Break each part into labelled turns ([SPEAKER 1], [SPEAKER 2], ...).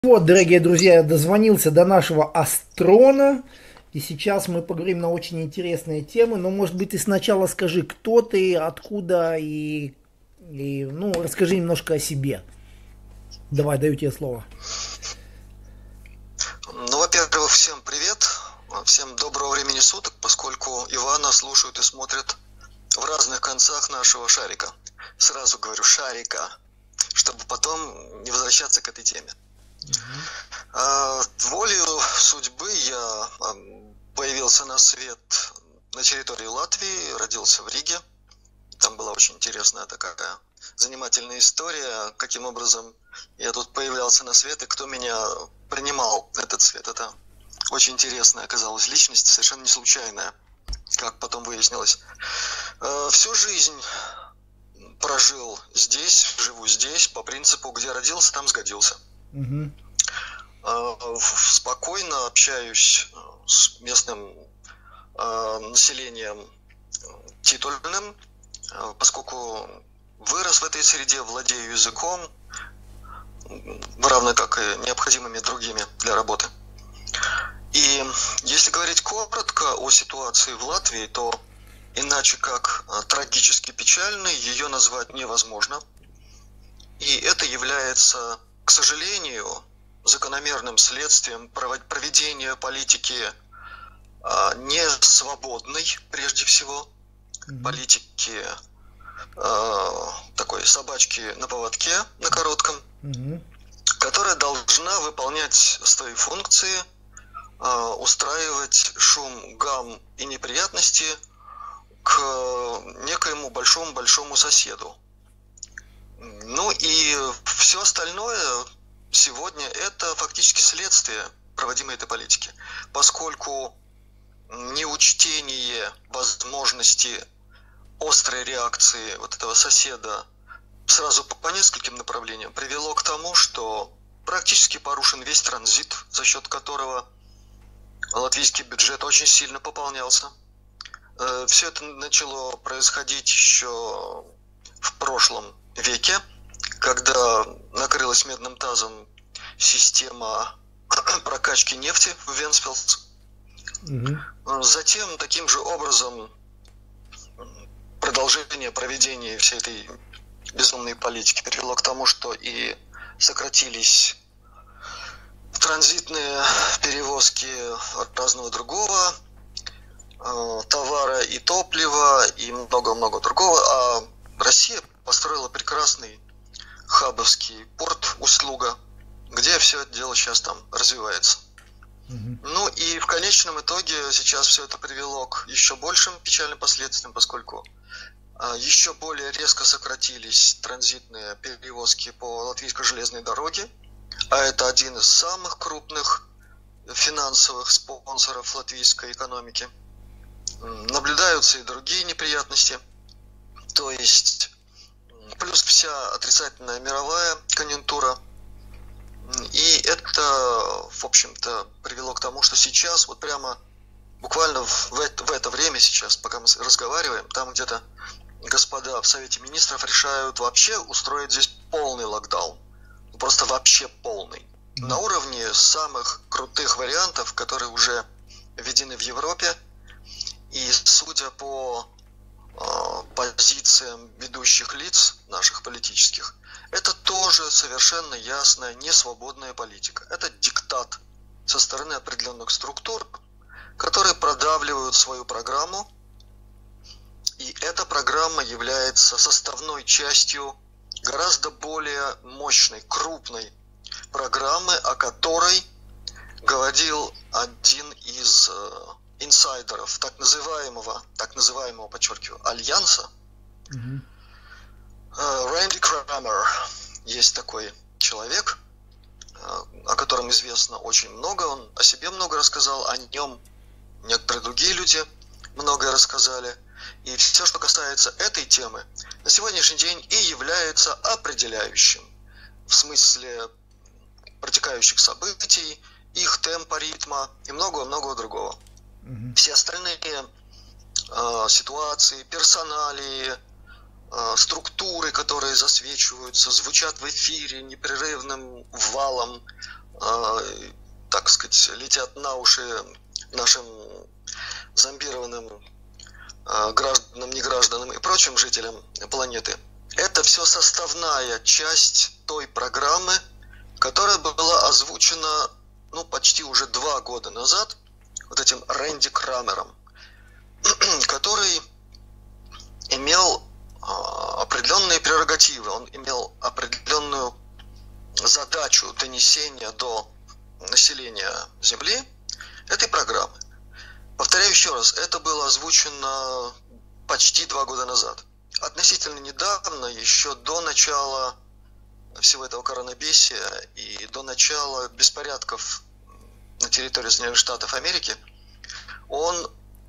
[SPEAKER 1] Вот, дорогие друзья, я дозвонился до нашего Астрона, и сейчас мы поговорим на очень интересные темы, но, может быть, ты сначала скажи, кто ты, откуда, ну, расскажи немножко о себе. Давай, даю тебе слово.
[SPEAKER 2] Ну, во-первых, всем привет, всем доброго времени суток, поскольку Ивана слушают и смотрят в разных концах нашего шарика. Сразу говорю шарика, чтобы потом не возвращаться к этой теме. Волею судьбы я появился на свет на территории Латвии, родился в Риге. Там была очень интересная такая занимательная история, каким образом я тут появлялся на свет и кто меня принимал этот свет. Это очень интересная оказалась личность, совершенно не случайная, как потом выяснилось. Всю жизнь прожил здесь, живу здесь, по принципу, где родился, там сгодился. Спокойно общаюсь с местным населением титульным, поскольку вырос в этой среде, владею языком, равно как и необходимыми другими для работы. И если говорить коротко о ситуации в Латвии, то иначе как трагически печальной ее назвать невозможно. И это является, к сожалению, закономерным следствием проведения политики не свободной, прежде всего, политики такой собачки на поводке, на коротком, которая должна выполнять свои функции, устраивать шум, гам и неприятности к некоему большому соседу. Ну и все остальное сегодня это фактически следствие проводимой этой политики, поскольку неучтение возможности острой реакции вот этого соседа сразу по нескольким направлениям привело к тому, что практически порушен весь транзит, за счет которого латвийский бюджет очень сильно пополнялся. Все это начало происходить еще в прошлом веке, когда накрылась медным тазом система прокачки нефти в Венспилс. Затем таким же образом продолжение проведения всей этой безумной политики привело к тому, что и сократились транзитные перевозки разного другого товара и топлива и много-много другого. А Россия построила прекрасный хабовский порт Усть-Луга, где все это дело сейчас там развивается. Ну и в конечном итоге сейчас все это привело к еще большим печальным последствиям, поскольку еще более резко сократились транзитные перевозки по латвийской железной дороге, а это один из самых крупных финансовых спонсоров латвийской экономики. Наблюдаются и другие неприятности, то есть плюс вся отрицательная мировая конъюнктура. И это, в общем-то, привело к тому, что сейчас, вот прямо буквально в это время сейчас, пока мы разговариваем, там где-то господа в Совете Министров решают вообще устроить здесь полный локдаун. Просто вообще полный. На уровне самых крутых вариантов, которые уже введены в Европе. И судя по позициям ведущих лиц наших политических, это тоже совершенно ясная несвободная политика. Это диктат со стороны определенных структур, которые продавливают свою программу. И эта программа является составной частью гораздо более мощной, крупной программы, о которой говорил один из инсайдеров так называемого, подчеркиваю, альянса. Рэнди Крамер, есть такой человек, о котором известно очень много, он о себе много рассказал, о нем некоторые другие люди многое рассказали. И все, что касается этой темы, на сегодняшний день и является определяющим в смысле протекающих событий, их темпа, ритма и много-много другого. Все остальные ситуации, персоналии, структуры, которые засвечиваются, звучат в эфире непрерывным валом так сказать, летят на уши нашим зомбированным гражданам, негражданам и прочим жителям планеты. Это все составная часть той программы, которая была озвучена почти уже 2 года назад вот этим Рэнди Крамером, который имел определенные прерогативы, он имел определенную задачу донесения до населения Земли этой программы. Повторяю еще раз, это было озвучено почти 2 года назад. Относительно недавно, еще до начала всего этого коронабесия и до начала беспорядков на территории Соединенных Штатов Америки, он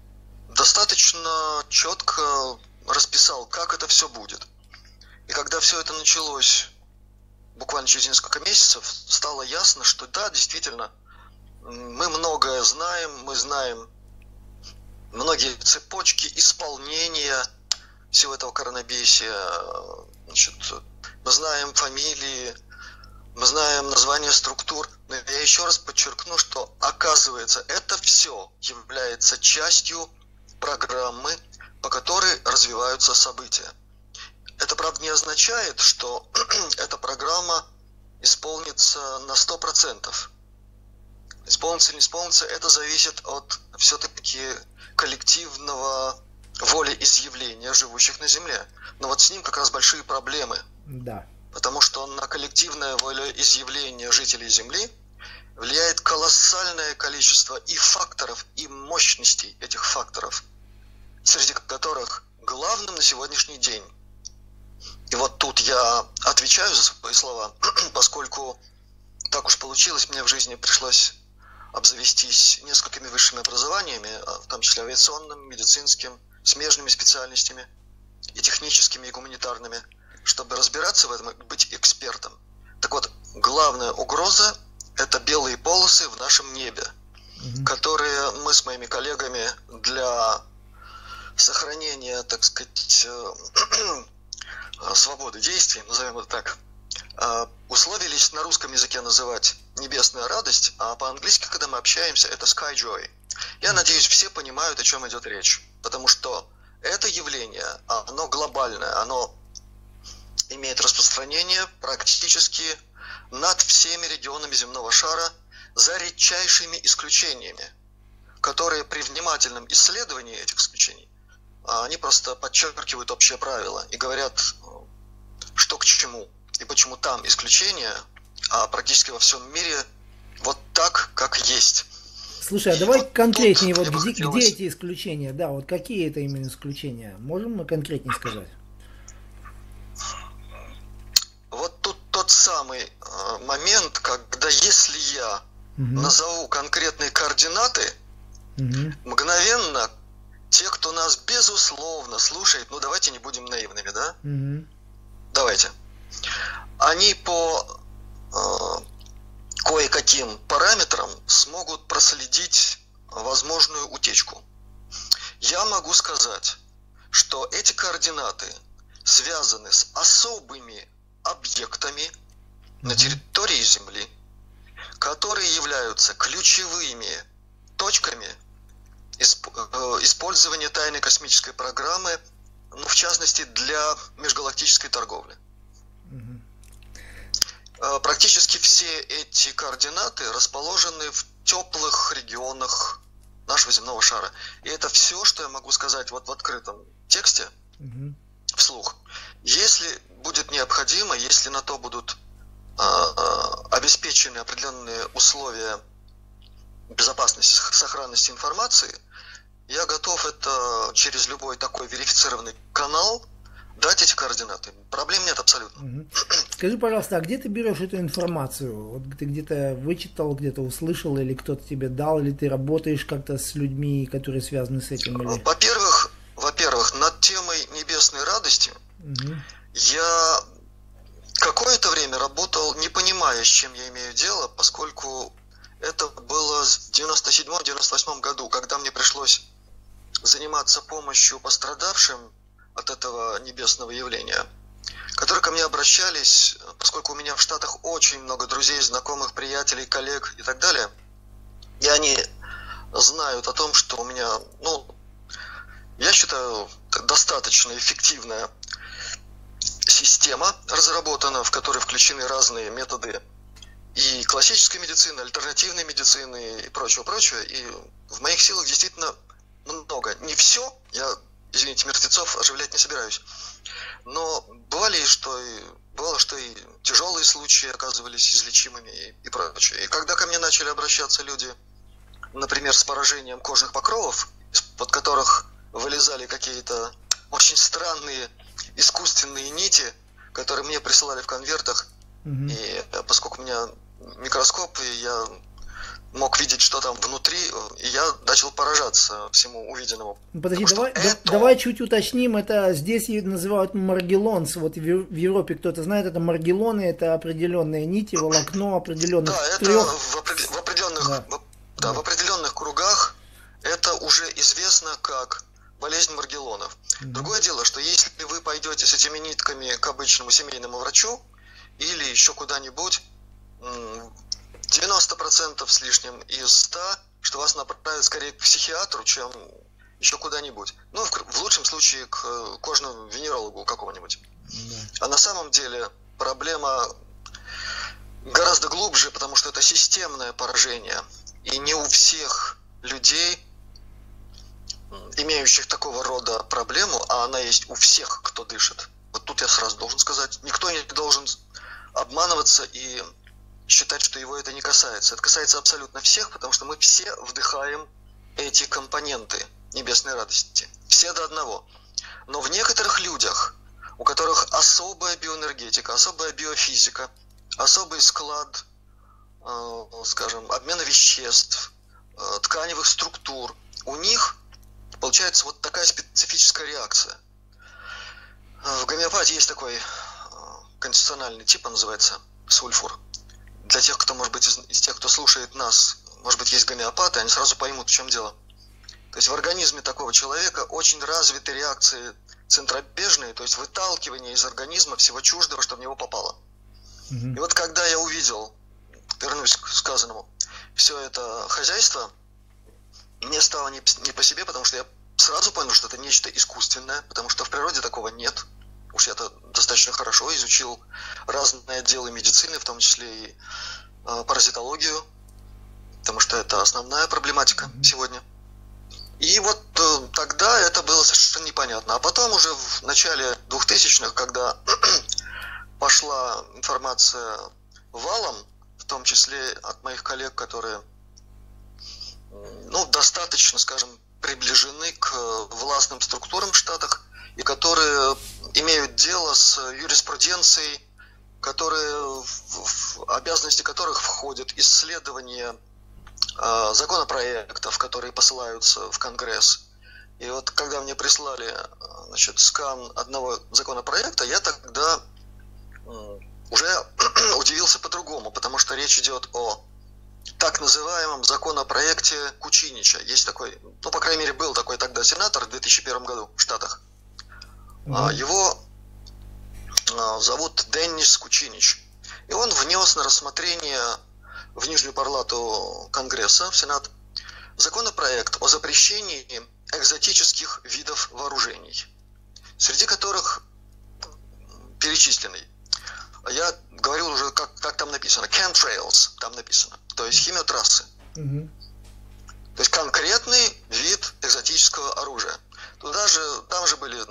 [SPEAKER 2] достаточно четко расписал, как это все будет. И когда все это началось буквально через несколько месяцев, стало ясно, что да, действительно, мы многое знаем, мы знаем многие цепочки исполнения всего этого коронабесия. Значит, мы знаем фамилии, мы знаем названия структур. Но я еще раз подчеркну, что оказывается, это все является частью программы, по которой развиваются события. Это, правда, не означает, что эта программа исполнится на 100%. Исполнится или не исполнится, это зависит от все-таки коллективного волеизъявления живущих на Земле. Но вот с ним как раз большие проблемы.
[SPEAKER 1] Да.
[SPEAKER 2] Потому что на коллективное волеизъявление жителей Земли влияет колоссальное количество и факторов, и мощностей этих факторов, среди которых главным на сегодняшний день. И вот тут я отвечаю за свои слова, поскольку так уж получилось, мне в жизни пришлось обзавестись несколькими высшими образованиями, в том числе авиационным, медицинским, смежными специальностями, и техническими, и гуманитарными, чтобы разбираться в этом и быть экспертом. Так вот, главная угроза – это белые полосы в нашем небе, которые мы с моими коллегами для сохранения, так сказать, свободы действий, назовем это так, условились на русском языке называть «небесная радость», а по-английски, когда мы общаемся, это «sky joy». Я надеюсь, все понимают, о чем идет речь, потому что это явление, оно глобальное, оно имеет распространение практически над всеми регионами земного шара, за редчайшими исключениями, которые при внимательном исследовании этих исключений, они просто подчеркивают общее правило и говорят, что к чему и почему там исключения, а практически во всем мире вот так, как есть.
[SPEAKER 1] Слушай, а давай вот конкретнее, вот где эти исключения? Да, вот какие это именно исключения? Можем мы конкретнее сказать?
[SPEAKER 2] Вот тут тот самый момент, когда если я назову конкретные координаты, мгновенно те, кто нас безусловно слушает, ну давайте не будем наивными, да? Давайте. Они по кое-каким параметрам смогут проследить возможную утечку. Я могу сказать, что эти координаты связаны с особыми объектами на территории Земли, которые являются ключевыми точками использования тайной космической программы, ну, в частности, для межгалактической торговли. Практически все эти координаты расположены в теплых регионах нашего земного шара. И это все, что я могу сказать вот в открытом тексте, вслух. Если будет необходимо, если на то будут обеспечены определенные условия безопасности, сохранности информации, я готов это через любой такой верифицированный канал дать эти координаты. Проблем нет абсолютно.
[SPEAKER 1] Скажи, пожалуйста, а где ты берешь эту информацию? Вот ты где-то вычитал, где-то услышал, или кто-то тебе дал, или ты работаешь как-то с людьми, которые связаны с этим? Или...
[SPEAKER 2] Во-первых, над темой небесной радости я какое-то время работал, не понимая, с чем я имею дело, поскольку это было в 97-98 году, когда мне пришлось заниматься помощью пострадавшим от этого небесного явления. которые ко мне обращались, поскольку у меня в Штатах очень много друзей, знакомых, приятелей, коллег и так далее, и они знают о том, что у меня, я считаю, достаточно эффективная система разработана, в которой включены разные методы и классической медицины, альтернативной медицины и прочего. И в моих силах действительно много. Не все, я, извините, мертвецов оживлять не собираюсь. Но бывало, что и тяжелые случаи оказывались излечимыми и прочее. И когда ко мне начали обращаться люди, например, с поражением кожных покровов, из-под которых вылезали какие-то очень странные искусственные нити, которые мне присылали в конвертах, и поскольку у меня микроскоп, и я мог видеть, что там внутри, и я начал поражаться всему увиденному.
[SPEAKER 1] Подожди, давай чуть уточним, это здесь называют маргелонс, вот в Европе кто-то знает, это маргелоны, это определенные нити, волокно определенных трех.
[SPEAKER 2] В определенных кругах это уже известно как болезнь маргелонов. Другое дело, что если вы пойдете с этими нитками к обычному семейному врачу или еще куда-нибудь, 90% с лишним из 100, что вас направят скорее к психиатру, чем еще куда-нибудь. В лучшем случае к кожному венерологу какому-нибудь. А на самом деле проблема гораздо глубже, потому что это системное поражение. И не у всех людей, имеющих такого рода проблему, а она есть у всех, кто дышит. Вот тут я сразу должен сказать, никто не должен обманываться и считать, что его это не касается. Это касается абсолютно всех, потому что мы все вдыхаем эти компоненты небесной радости. Все до одного. Но в некоторых людях, у которых особая биоэнергетика, особая биофизика, особый склад, скажем, обмена веществ, тканевых структур, у них получается вот такая специфическая реакция. В гомеопатии есть такой конституциональный тип, он называется сульфур. Для тех, кто, может быть, из тех, кто слушает нас, может быть, есть гомеопаты, они сразу поймут, в чем дело. То есть в организме такого человека очень развиты реакции центробежные, то есть выталкивание из организма всего чуждого, что в него попало. И вот когда я увидел, вернусь к сказанному, все это хозяйство, мне стало не по себе, потому что я сразу понял, что это нечто искусственное, потому что в природе такого нет. Уж я-то достаточно хорошо изучил разные отделы медицины, в том числе и паразитологию, потому что это основная проблематика сегодня. И вот тогда это было совершенно непонятно. А потом уже в начале 2000-х, когда пошла информация валом, в том числе от моих коллег, которые достаточно, скажем, приближены к властным структурам в Штатах, и которые имеют дело с юриспруденцией, в обязанности которых входит исследование законопроектов, которые посылаются в Конгресс. И вот когда мне прислали, скан одного законопроекта, я тогда уже удивился по-другому, потому что речь идет о так называемом законопроекте Кучинича. Есть такой, по крайней мере, был такой тогда сенатор в 2001 году в Штатах. Его зовут Деннис Кучинич. И он внес на рассмотрение в Нижнюю палату Конгресса, в Сенат, законопроект о запрещении экзотических видов вооружений, среди которых перечисленный. Я говорил уже, как там написано, chemtrails, там написано, то есть химиотрассы. То есть конкретный вид экзотического оружия. Там же были,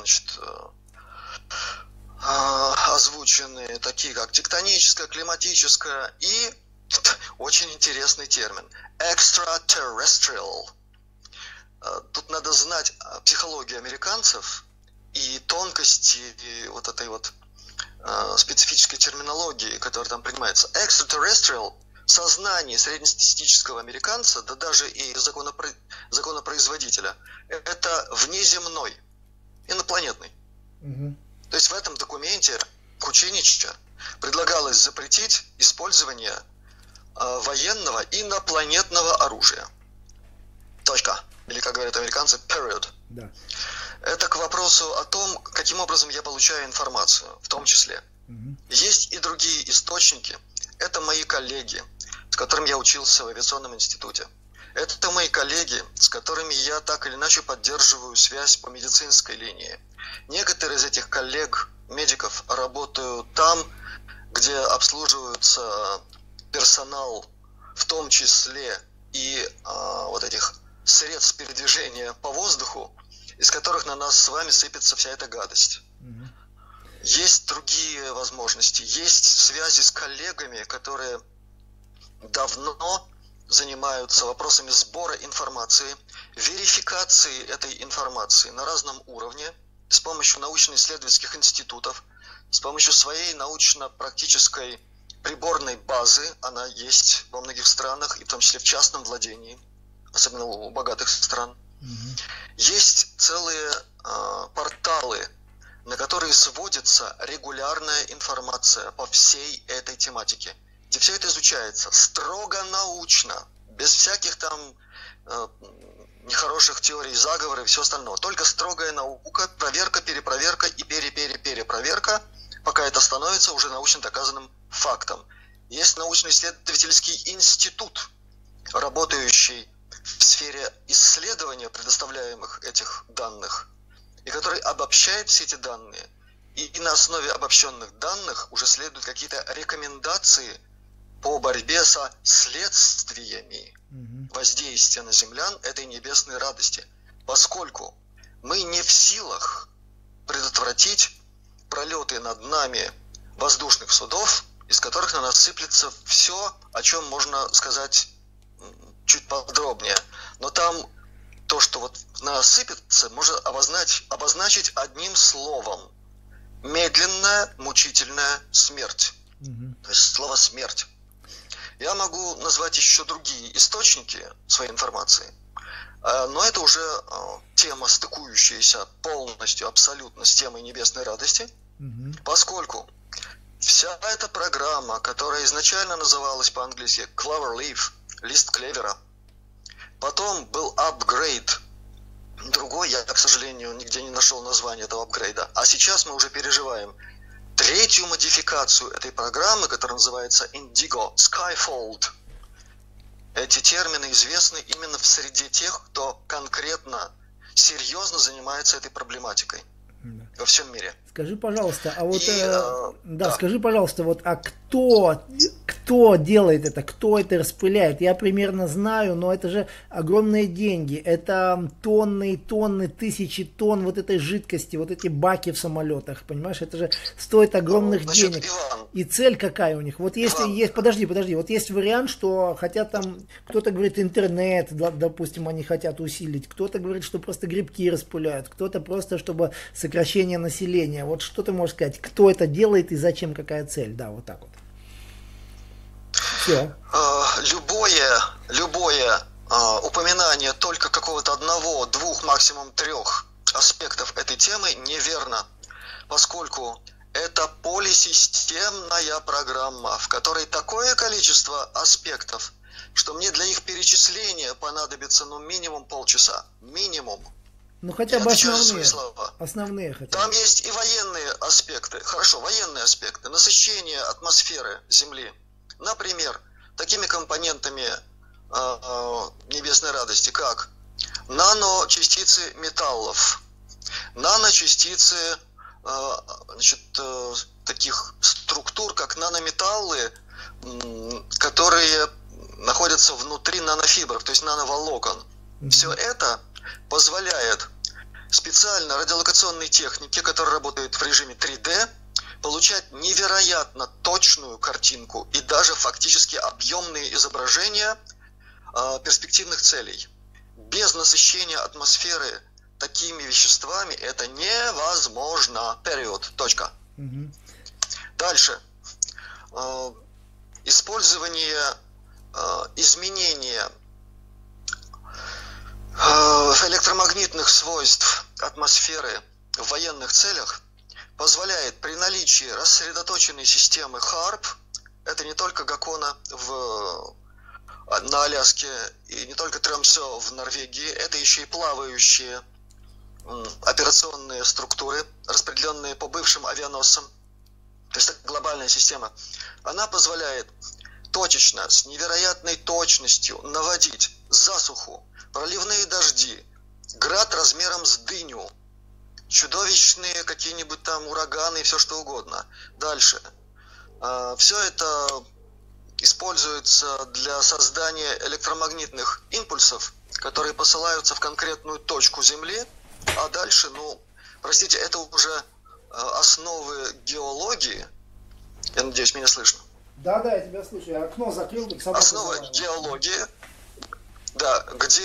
[SPEAKER 2] озвучены такие, как тектоническое, климатическое и очень интересный термин extraterrestrial. Тут надо знать психологию американцев и тонкости и вот этой вот специфической терминологии, которая там принимается. Extraterrestrial — сознание среднестатистического американца, да даже и законопроизводителя, это внеземной, инопланетный. То есть в этом документе Кучинича предлагалось запретить использование военного инопланетного оружия. Точка. Или, как говорят американцы, period.
[SPEAKER 1] Да.
[SPEAKER 2] Это к вопросу о том, каким образом я получаю информацию, в том числе. Есть и другие источники. Это мои коллеги, с которыми я учился в авиационном институте. Это мои коллеги, с которыми я так или иначе поддерживаю связь по медицинской линии. Некоторые из этих коллег, медиков, работают там, где обслуживаются персонал, в том числе и вот этих средств передвижения по воздуху, из которых на нас с вами сыпется вся эта гадость. Есть другие возможности, есть связи с коллегами, которые давно занимаются вопросами сбора информации, верификации этой информации на разном уровне с помощью научно-исследовательских институтов, с помощью своей научно-практической приборной базы, она есть во многих странах, и в том числе в частном владении, особенно у богатых стран. Есть целые порталы, на которые сводится регулярная информация по всей этой тематике, где все это изучается строго научно, без всяких там нехороших теорий заговора и все остальное. Только строгая наука, проверка, перепроверка и перепроверка, пока это становится уже научно доказанным фактом. Есть научно-исследовательский институт, работающий в сфере исследования предоставляемых этих данных, и который обобщает все эти данные. И на основе обобщенных данных уже следуют какие-то рекомендации по борьбе со следствиями воздействия на землян этой небесной радости, поскольку мы не в силах предотвратить пролеты над нами воздушных судов, из которых на нас сыплется все, о чем можно сказать чуть подробнее. Но там то, что вот на нас сыпется, можно обозначить одним словом: медленная, мучительная смерть. То есть слово «смерть». Я могу назвать еще другие источники своей информации, но это уже тема, стыкующаяся полностью, абсолютно с темой небесной радости, поскольку вся эта программа, которая изначально называлась по-английски Clover Leaf, лист клевера, потом был апгрейд, другой, я, к сожалению, нигде не нашел название этого апгрейда, а сейчас мы уже переживаем третью модификацию этой программы, которая называется Indigo Skyfold. Эти термины известны именно в среде тех, кто конкретно, серьезно занимается этой проблематикой во всем мире.
[SPEAKER 1] Скажи, пожалуйста, а вот скажи, пожалуйста, вот кто делает это, кто это распыляет? Я примерно знаю, но это же огромные деньги, это тонны и тонны, тысячи тонн вот этой жидкости, вот эти баки в самолетах, понимаешь? Это же стоит огромных денег.
[SPEAKER 2] Иван,
[SPEAKER 1] и цель какая у них? Вот если есть, подожди, вот есть вариант, что хотят там, кто-то говорит интернет, допустим, они хотят усилить, кто-то говорит, что просто грибки распыляют, кто-то просто, чтобы сокращение населения. Вот что ты можешь сказать, кто это делает и зачем, какая цель? Да, вот так вот. Все.
[SPEAKER 2] Любое упоминание только какого-то одного, двух, максимум трех аспектов этой темы неверно, поскольку это полисистемная программа, в которой такое количество аспектов, что мне для их перечисления понадобится минимум полчаса. Минимум.
[SPEAKER 1] Ну хотя бы основные хотя бы.
[SPEAKER 2] Там есть и военные аспекты. Хорошо, военные аспекты. Насыщение атмосферы Земли. Например, такими компонентами небесной радости, как наночастицы металлов, наночастицы таких структур, как нанометаллы, которые находятся внутри нанофибров, то есть нановолокон. Все это позволяет специально радиолокационной технике, которая работает в режиме 3D, получать невероятно точную картинку и даже фактически объемные изображения перспективных целей. Без насыщения атмосферы такими веществами это невозможно. Период. Точка. Дальше. Использование изменения электромагнитных свойств атмосферы в военных целях позволяет при наличии рассредоточенной системы HAARP, это не только Гакона на Аляске и не только Тромсё в Норвегии, это еще и плавающие операционные структуры, распределенные по бывшим авианосцам. То есть это глобальная система. Она позволяет точечно, с невероятной точностью наводить засуху, проливные дожди, град размером с дыню, чудовищные какие-нибудь там ураганы и все что угодно. Дальше. Все это используется для создания электромагнитных импульсов, которые посылаются в конкретную точку Земли, а дальше, простите, это уже основы геологии. Я надеюсь, меня слышно.
[SPEAKER 1] Да, я тебя слышу. Я окно закрыл, так собака
[SPEAKER 2] основы
[SPEAKER 1] завалила.
[SPEAKER 2] Геологии, да, где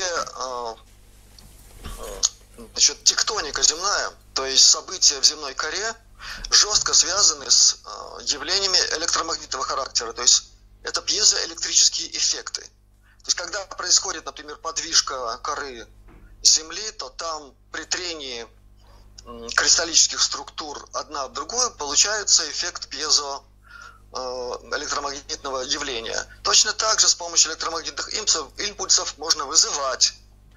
[SPEAKER 2] тектоника земная, то есть события в земной коре, жестко связаны с явлениями электромагнитного характера. То есть это пьезоэлектрические эффекты. То есть когда происходит, например, подвижка коры Земли, то там при трении кристаллических структур одна об другую получается эффект электромагнитного явления. Точно так же с помощью электромагнитных импульсов можно вызывать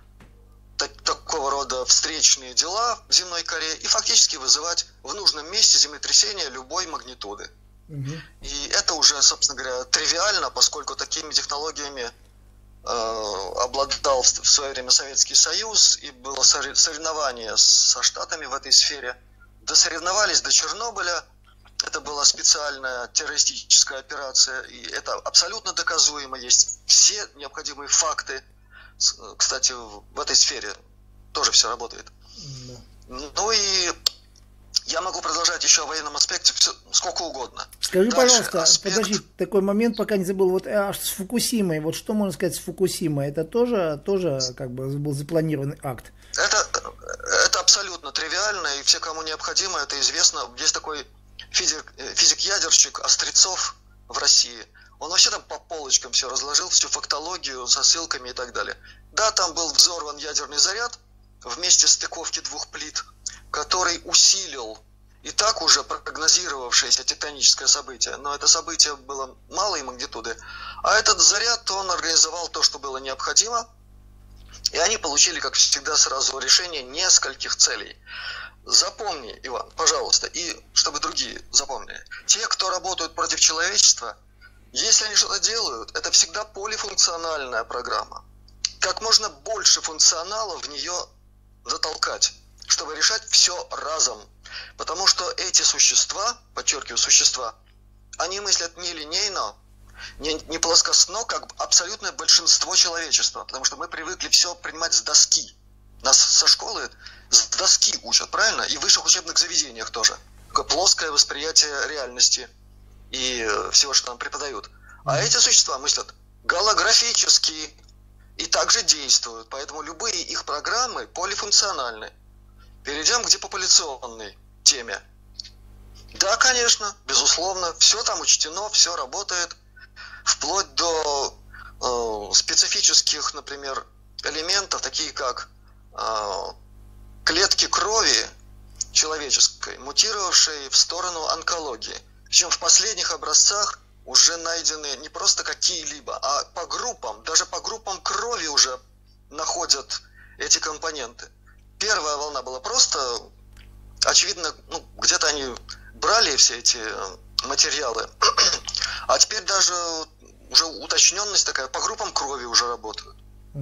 [SPEAKER 2] такого рода встречные дела в земной коре и фактически вызывать в нужном месте землетрясения любой магнитуды. И это уже, собственно говоря, тривиально, поскольку такими технологиями обладал в свое время Советский Союз, и было соревнование со Штатами в этой сфере. Досоревновались до Чернобыля. Это была специальная террористическая операция, и это абсолютно доказуемо. Есть все необходимые факты. Кстати, в этой сфере тоже все работает. Ну и я могу продолжать еще о военном аспекте сколько угодно.
[SPEAKER 1] Скажи, пожалуйста, подожди, такой момент, пока не забыл. Вот с Фукусимой, вот что можно сказать с Фукусимой? Это тоже как бы был запланированный акт?
[SPEAKER 2] Это абсолютно тривиально, и все, кому необходимо, это известно. Есть такой физик-ядерщик Острецов в России. Он вообще там по полочкам все разложил, всю фактологию со ссылками и так далее. Да, там был взорван ядерный заряд в месте стыковки двух плит, который усилил и так уже прогнозировавшееся тектоническое событие. Но это событие было малой магнитуды. А этот заряд, он организовал то, что было необходимо. И они получили, как всегда, сразу решение нескольких целей. Запомни, Иван, пожалуйста, и чтобы другие запомнили. Те, кто работают против человечества, если они что-то делают, это всегда полифункциональная программа. Как можно больше функционала в нее затолкать, чтобы решать все разом. Потому что эти существа, подчеркиваю, существа, они мыслят не линейно, не плоскостно, как абсолютное большинство человечества. Потому что мы привыкли все принимать с доски. Нас со школы с доски учат, правильно? И в высших учебных заведениях тоже. Такое плоское восприятие реальности и всего, что нам преподают. А эти существа мыслят голографически и также действуют. Поэтому любые их программы полифункциональны. Перейдем к депопуляционной теме. Да, конечно, безусловно, все там учтено, все работает. Вплоть до специфических, например, элементов, такие как клетки крови человеческой, мутировавшие в сторону онкологии. Причем в последних образцах уже найдены не просто какие-либо, а по группам, даже по группам крови уже находят эти компоненты. Первая волна была просто, очевидно, где-то они брали все эти материалы, а теперь даже уже уточненность такая, по группам крови уже работают.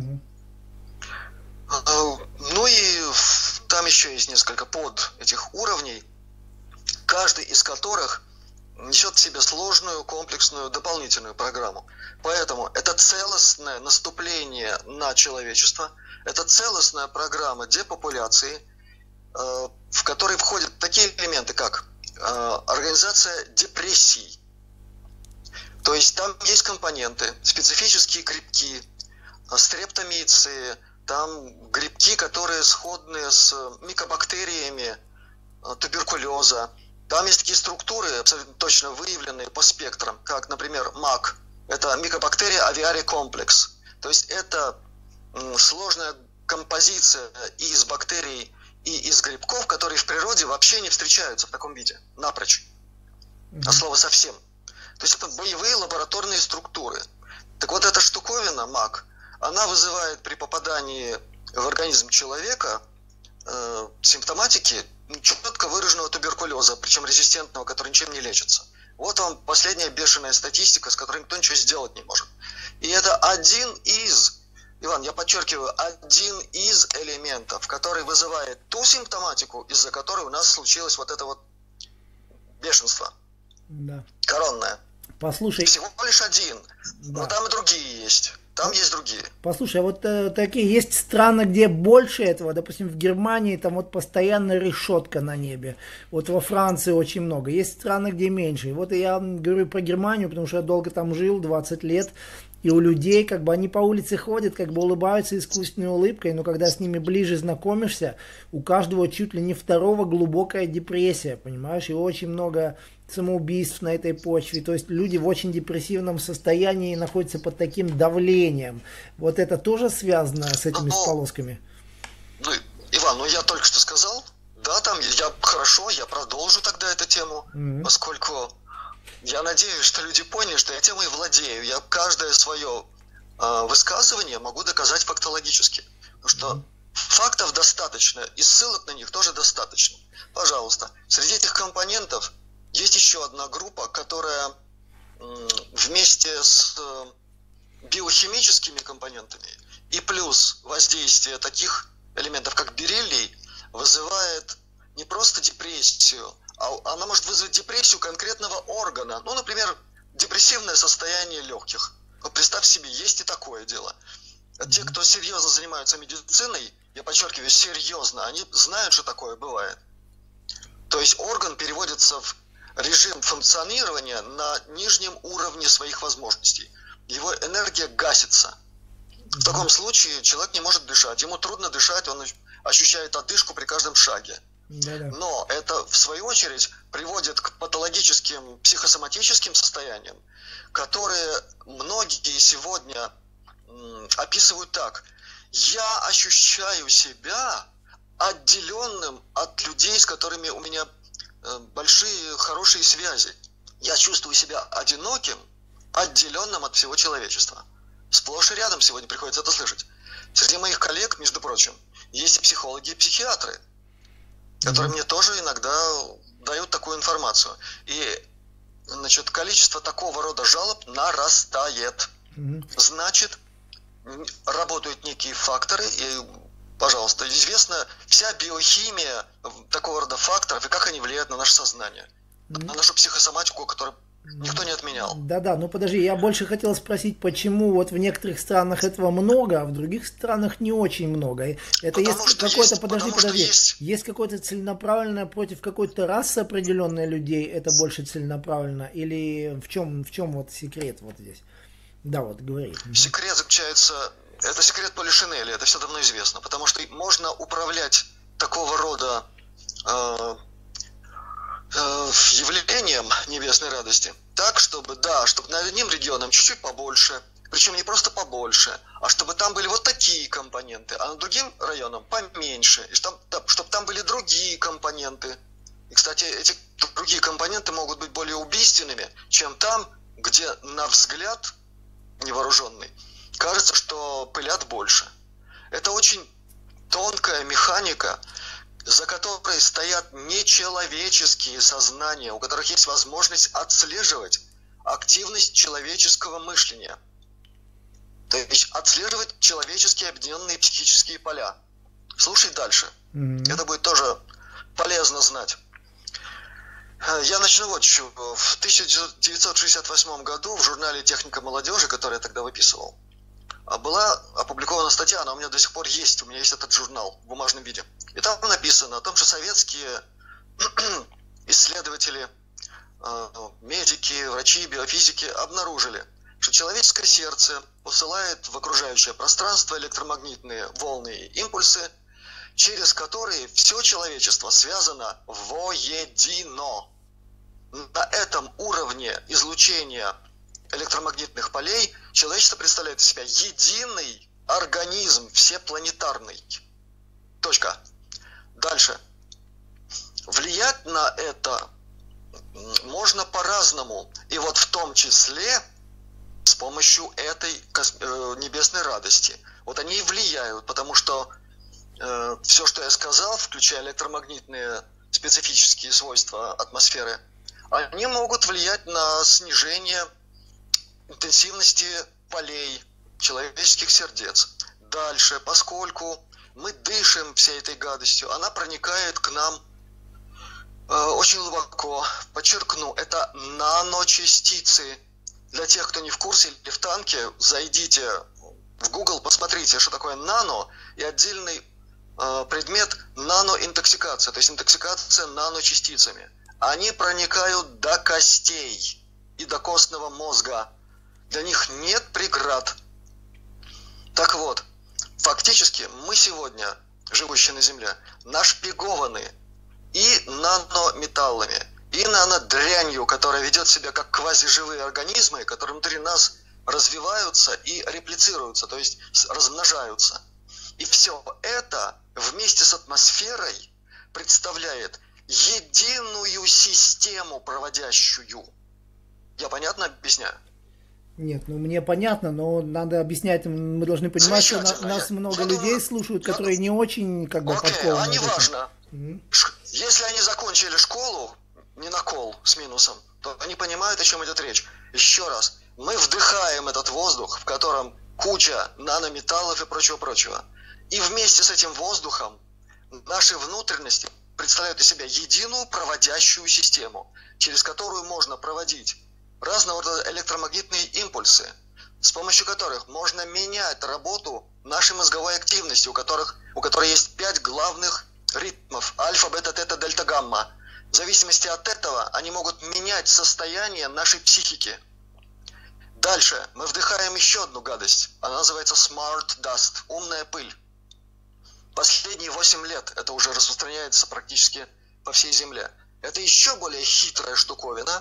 [SPEAKER 2] Ну и там еще есть несколько под этих уровней, каждый из которых несет в себе сложную, комплексную, дополнительную программу. Поэтому это целостное наступление на человечество, это целостная программа депопуляции, в которой входят такие элементы, как организация депрессий. То есть там есть компоненты, специфические грибки, стрептомиции, там грибки, которые сходны с микобактериями туберкулеза. Там есть такие структуры, абсолютно точно выявленные по спектрам, как, например, МАК. Это микобактерия авиари комплекс. То есть это сложная композиция и из бактерий, и из грибков, которые в природе вообще не встречаются в таком виде, напрочь. А слово совсем. То есть это боевые лабораторные структуры. Так вот эта штуковина, МАК, она вызывает при попадании в организм человека симптоматики четко выраженного туберкулеза, причем резистентного, который ничем не лечится. Вот вам последняя бешеная статистика, с которой никто ничего сделать не может. И это один из, Иван, я подчеркиваю, один из элементов, который вызывает ту симптоматику, из-за которой у нас случилось вот это вот бешенство.
[SPEAKER 1] Да.
[SPEAKER 2] Коронное.
[SPEAKER 1] Послушай.
[SPEAKER 2] Всего лишь один. Да. Но там и другие есть. Там есть другие.
[SPEAKER 1] Послушай, а вот такие есть страны, где больше этого, допустим, в Германии там вот постоянно решетка на небе. Вот во Франции очень много. Есть страны, где меньше. И вот я говорю про Германию, потому что я долго там жил, 20 лет. И у людей, как бы, они по улице ходят, как бы улыбаются искусственной улыбкой, но когда с ними ближе знакомишься, у каждого чуть ли не второго глубокая депрессия, понимаешь? И очень много самоубийств на этой почве. То есть люди в очень депрессивном состоянии находятся под таким давлением. Вот это тоже связано с этими сполосками?
[SPEAKER 2] Ну, Иван, я только что сказал, да, там я продолжу тогда эту тему, поскольку я надеюсь, что люди поняли, что я темой владею. Я каждое свое высказывание могу доказать фактологически. Потому что фактов достаточно, и ссылок на них тоже достаточно. Пожалуйста, среди этих компонентов есть еще одна группа, которая вместе с биохимическими компонентами и плюс воздействие таких элементов, как бериллий, вызывает не просто депрессию, а она может вызвать депрессию конкретного органа. Ну, например, депрессивное состояние легких. Вот представь себе, есть и такое дело. Те, кто серьезно занимаются медициной, я подчеркиваю, серьезно, они знают, что такое бывает. То есть орган переводится в режим функционирования на нижнем уровне своих возможностей. Его энергия гасится. В таком случае человек не может дышать. Ему трудно дышать, он ощущает одышку при каждом шаге. Но это, в свою очередь, приводит к патологическим психосоматическим состояниям, которые многие сегодня описывают так. Я ощущаю себя отделенным от людей, с которыми у меня большие, хорошие связи. Я чувствую себя одиноким, отделенным от всего человечества. Сплошь и рядом сегодня приходится это слышать. Среди моих коллег, между прочим, есть и психологи, и психиатры, которые мне тоже иногда дают такую информацию. И, значит, количество такого рода жалоб нарастает. Значит, работают некие факторы, и, пожалуйста, известна вся биохимия такого рода факторов, и как они влияют на наше сознание, на нашу психосоматику, которую никто не отменял.
[SPEAKER 1] Да, ну подожди, я больше хотел спросить, почему вот в некоторых странах этого много, а в других странах не очень много. Это есть какое-то, есть какое-то целенаправленное против какой-то расы определенной людей, это больше целенаправленно, или в чем вот секрет вот здесь? Да, вот говори.
[SPEAKER 2] Секрет заключается, это секрет Полишинеля, это все давно известно, потому что можно управлять такого рода явлением небесной радости так, чтобы над одним регионом чуть-чуть побольше, причем не просто побольше, а чтобы там были вот такие компоненты, а над другим районом поменьше, и чтобы там были другие компоненты. И, кстати, эти другие компоненты могут быть более убийственными, чем там, где на взгляд невооруженный кажется, что пылят больше. Это очень тонкая механика, за которой стоят нечеловеческие сознания, у которых есть возможность отслеживать активность человеческого мышления. То есть отслеживать человеческие объединенные психические поля. Слушай дальше. Это будет тоже полезно знать. Я начну вот еще. В 1968 году в журнале «Техника молодежи», который я тогда выписывал, была опубликована статья, она у меня до сих пор есть, у меня есть этот журнал в бумажном виде. И там написано о том, что советские исследователи, медики, врачи, биофизики обнаружили, что человеческое сердце посылает в окружающее пространство электромагнитные волны и импульсы, через которые все человечество связано воедино. На этом уровне излучения электромагнитных полей человечество представляет из себя единый организм всепланетарный. Точка. Дальше. Влиять на это можно по-разному. И вот в том числе с помощью этой небесной радости. Вот они и влияют, потому что все, что я сказал, включая электромагнитные специфические свойства атмосферы, они могут влиять на снижение интенсивности полей человеческих сердец. Дальше, поскольку мы дышим всей этой гадостью, она проникает к нам очень глубоко. Подчеркну, это наночастицы. Для тех, кто не в курсе или в танке, зайдите в Google, посмотрите, что такое нано, и отдельный предмет наноинтоксикация, то есть интоксикация наночастицами. Они проникают до костей и до костного мозга. Для них нет преград. Так вот, фактически мы сегодня, живущие на Земле, нашпигованы и нанометаллами, и нанодрянью, которая ведет себя как квазиживые организмы, которые внутри нас развиваются и реплицируются, то есть размножаются. И все это вместе с атмосферой представляет единую систему проводящую. Я понятно объясняю?
[SPEAKER 1] Нет, ну мне понятно, но надо объяснять, мы должны понимать, что нас много людей слушают, которые не очень как бы подкованы.
[SPEAKER 2] А не важно. Если они закончили школу, не на кол с минусом, то они понимают, о чем идет речь. Еще раз, мы вдыхаем этот воздух, в котором куча нанометаллов и прочего-прочего. И вместе с этим воздухом наши внутренности представляют из себя единую проводящую систему, через которую можно проводить разного рода электромагнитные импульсы, с помощью которых можно менять работу нашей мозговой активности, у которой есть 5 главных ритмов: альфа, бета, тета, дельта, гамма. В зависимости от этого они могут менять состояние нашей психики. Дальше мы вдыхаем еще одну гадость. Она называется smart dust, умная пыль. Последние 8 лет это уже распространяется практически по всей Земле. Это еще более хитрая штуковина.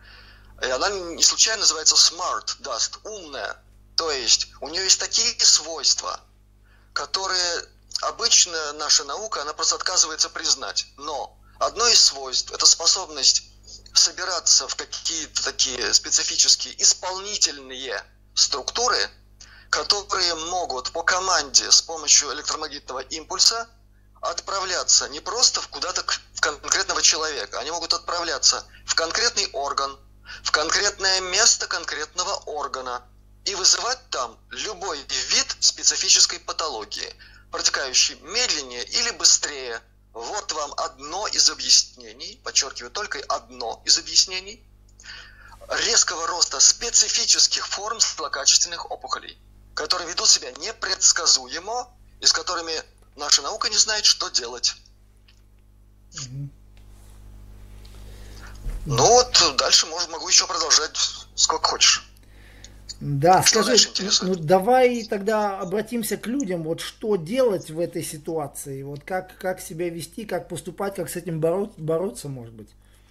[SPEAKER 2] И она не случайно называется smart dust, умная. То есть у нее есть такие свойства, которые обычно наша наука, она просто отказывается признать. Но одно из свойств – это способность собираться в какие-то такие специфические исполнительные структуры, которые могут по команде с помощью электромагнитного импульса отправляться не просто куда-то в конкретного человека, они могут отправляться в конкретный орган, в конкретное место конкретного органа и вызывать там любой вид специфической патологии, протекающей медленнее или быстрее. Вот вам одно из объяснений, подчеркиваю, только одно из объяснений резкого роста специфических форм злокачественных опухолей, которые ведут себя непредсказуемо и с которыми наша наука не знает, что делать. Ну вот, дальше могу еще продолжать сколько хочешь.
[SPEAKER 1] Да, скажи, ну давай тогда обратимся к людям, вот что делать в этой ситуации, вот как себя вести, как поступать, как с этим бороться, может быть?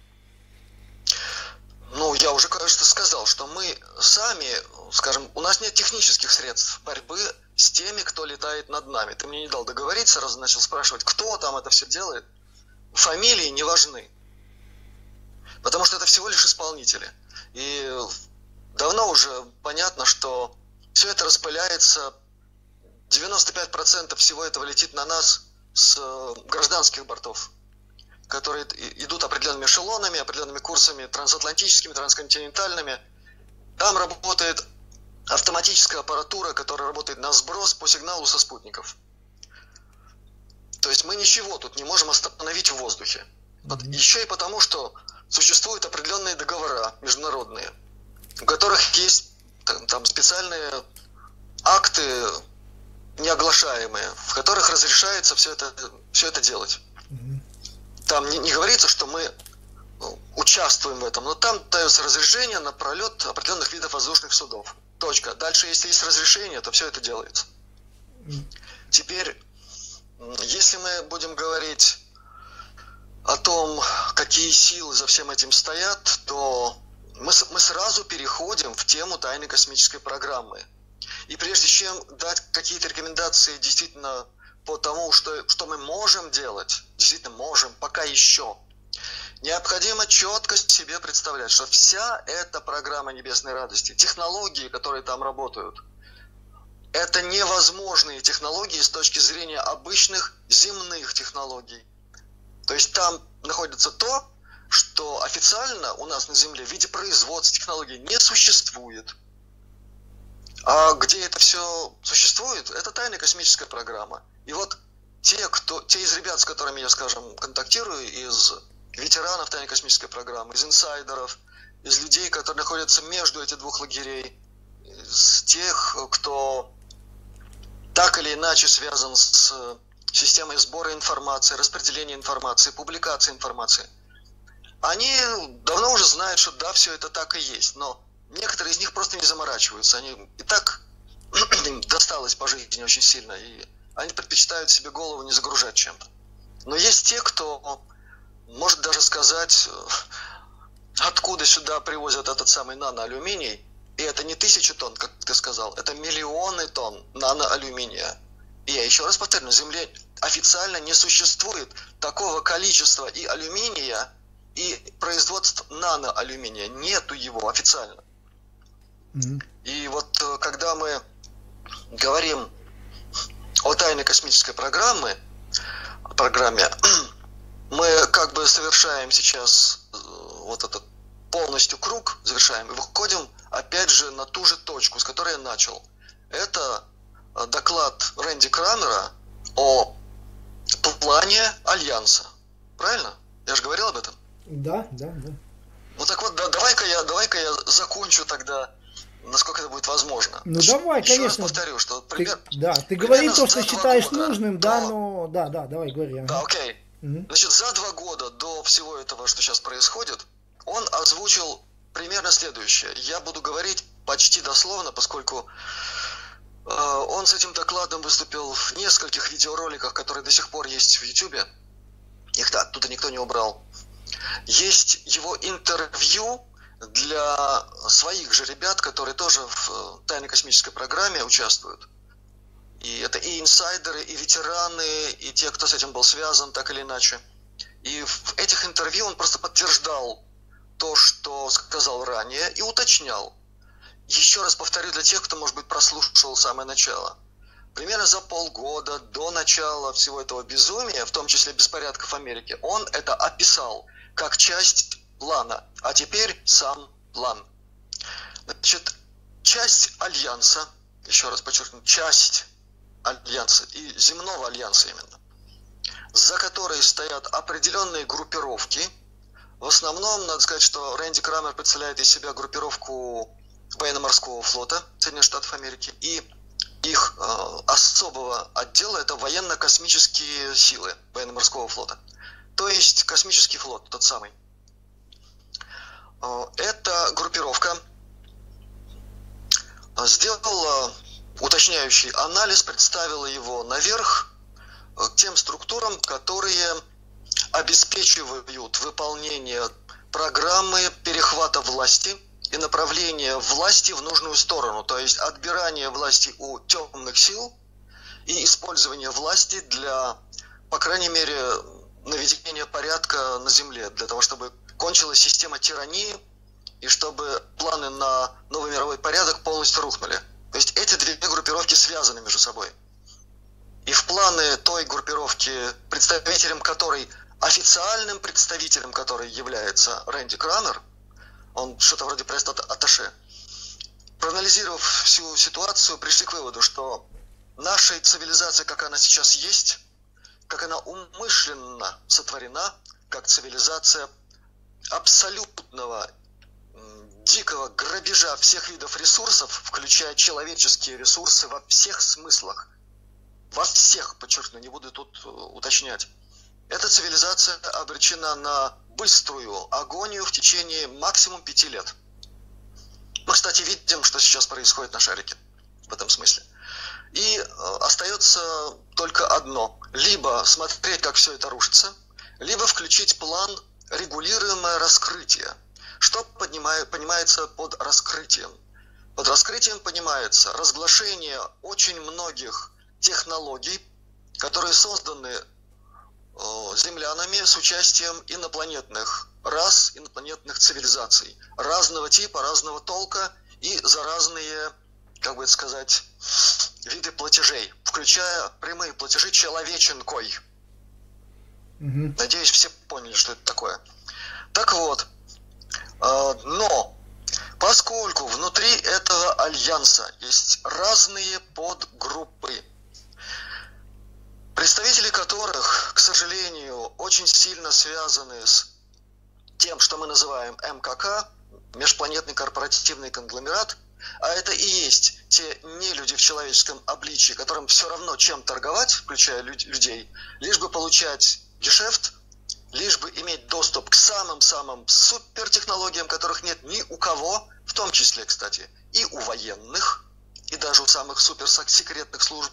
[SPEAKER 2] Ну, я уже, кажется, сказал, что мы сами, скажем, у нас нет технических средств борьбы с теми, кто летает над нами. Ты мне не дал договориться, сразу начал спрашивать, кто там это все делает. Фамилии не важны, потому что это всего лишь исполнители. И давно уже понятно, что все это распыляется, 95% всего этого летит на нас с гражданских бортов, которые идут определенными эшелонами, определенными курсами трансатлантическими, трансконтинентальными. Там работает автоматическая аппаратура, которая работает на сброс по сигналу со спутников. То есть мы ничего тут не можем остановить в воздухе. Еще и потому, что существуют определенные договора международные, у которых есть там специальные акты неоглашаемые, в которых разрешается все это делать. Там не говорится, что мы участвуем в этом, но там дается разрешение на пролет определенных видов воздушных судов. Точка. Дальше, если есть разрешение, то все это делается. Теперь, если мы будем говорить о том, какие силы за всем этим стоят, то мы сразу переходим в тему тайной космической программы. И прежде чем дать какие-то рекомендации действительно по тому, что мы можем делать, действительно можем, пока еще, необходимо четко себе представлять, что вся эта программа Небесной Радости, технологии, которые там работают, это невозможные технологии с точки зрения обычных земных технологий. То есть там находится то, что официально у нас на Земле в виде производства технологий не существует. А где это все существует, это тайная космическая программа. И вот те из ребят, с которыми я, скажем, контактирую, из ветеранов тайной космической программы, из инсайдеров, из людей, которые находятся между этих двух лагерей, из тех, кто так или иначе связан с системой сбора информации, распределения информации, публикации информации, они давно уже знают, что да, все это так и есть, но некоторые из них просто не заморачиваются. Они и так им досталось по жизни очень сильно, и они предпочитают себе голову не загружать чем-то. Но есть те, кто может даже сказать, откуда сюда привозят этот самый наноалюминий, и это не 1000 тонн, как ты сказал, это миллионы тонн наноалюминия. И я еще раз повторю, на Земле официально не существует такого количества и алюминия, и производства наноалюминия. Нету его официально. И вот когда мы говорим о тайной космической программе, мы как бы совершаем сейчас вот этот полностью круг, завершаем, и выходим опять же на ту же точку, с которой я начал. Это доклад Рэнди Крамера о плане Альянса. Правильно? Я же говорил об этом?
[SPEAKER 1] Да.
[SPEAKER 2] Ну так вот, давай-ка я закончу тогда, насколько это будет возможно.
[SPEAKER 1] Ну давай,
[SPEAKER 2] еще
[SPEAKER 1] конечно.
[SPEAKER 2] Раз повторю, что
[SPEAKER 1] ты говори то, что считаешь нужным, давай говори.
[SPEAKER 2] Да, окей. Значит, за 2 года до всего этого, что сейчас происходит, он озвучил примерно следующее. Я буду говорить почти дословно, поскольку он с этим докладом выступил в нескольких видеороликах, которые до сих пор есть в YouTube. Их оттуда никто не убрал. Есть его интервью для своих же ребят, которые тоже в тайной космической программе участвуют. И это и инсайдеры, и ветераны, и те, кто с этим был связан, так или иначе. И в этих интервью он просто подтверждал то, что сказал ранее, и уточнял. Еще раз повторю для тех, кто, может быть, прослушал самое начало. Примерно за полгода до начала всего этого безумия, в том числе беспорядков в Америке, он это описал как часть плана. А теперь сам план. Значит, часть Альянса, еще раз подчеркну, часть Альянса, и земного Альянса именно, за которой стоят определенные группировки. В основном, надо сказать, что Рэнди Крамер представляет из себя группировку военно-морского флота Соединенных Штатов Америки, и их особого отдела – это военно-космические силы военно-морского флота. То есть космический флот, тот самый. Эта группировка сделала уточняющий анализ, представила его наверх тем структурам, которые обеспечивают выполнение программы перехвата власти и направления власти в нужную сторону, то есть отбирание власти у темных сил и использование власти для, по крайней мере, наведения порядка на Земле, для того, чтобы кончилась система тирании и чтобы планы на новый мировой порядок полностью рухнули. То есть эти две группировки связаны между собой. И в планы той группировки, официальным представителем которой является Рэнди Крамер, он что-то вроде пресс-атташе, проанализировав всю ситуацию, пришли к выводу, что наша цивилизация, как она сейчас есть, как она умышленно сотворена, как цивилизация абсолютного дикого грабежа всех видов ресурсов, включая человеческие ресурсы во всех смыслах. Во всех, подчеркну, не буду тут уточнять. Эта цивилизация обречена на быструю агонию в течение максимум 5 лет. Мы, кстати, видим, что сейчас происходит на шарике в этом смысле. И остается только одно. Либо смотреть, как все это рушится, либо включить план регулируемое раскрытие. Что понимается под раскрытием? Под раскрытием понимается разглашение очень многих технологий, которые созданы землянами с участием инопланетных рас, инопланетных цивилизаций разного типа, разного толка и за разные как бы это сказать, виды платежей, включая прямые платежи человеченкой. Надеюсь, все поняли, что это такое. Так вот, но поскольку внутри этого альянса есть разные подгруппы, представители которых, к сожалению, очень сильно связаны с тем, что мы называем МКК, межпланетный корпоративный конгломерат, а это и есть те нелюди в человеческом обличии, которым все равно чем торговать, включая людей, лишь бы получать гешефт, лишь бы иметь доступ к самым-самым супертехнологиям, которых нет ни у кого, в том числе, кстати, и у военных, и даже у самых суперсекретных служб.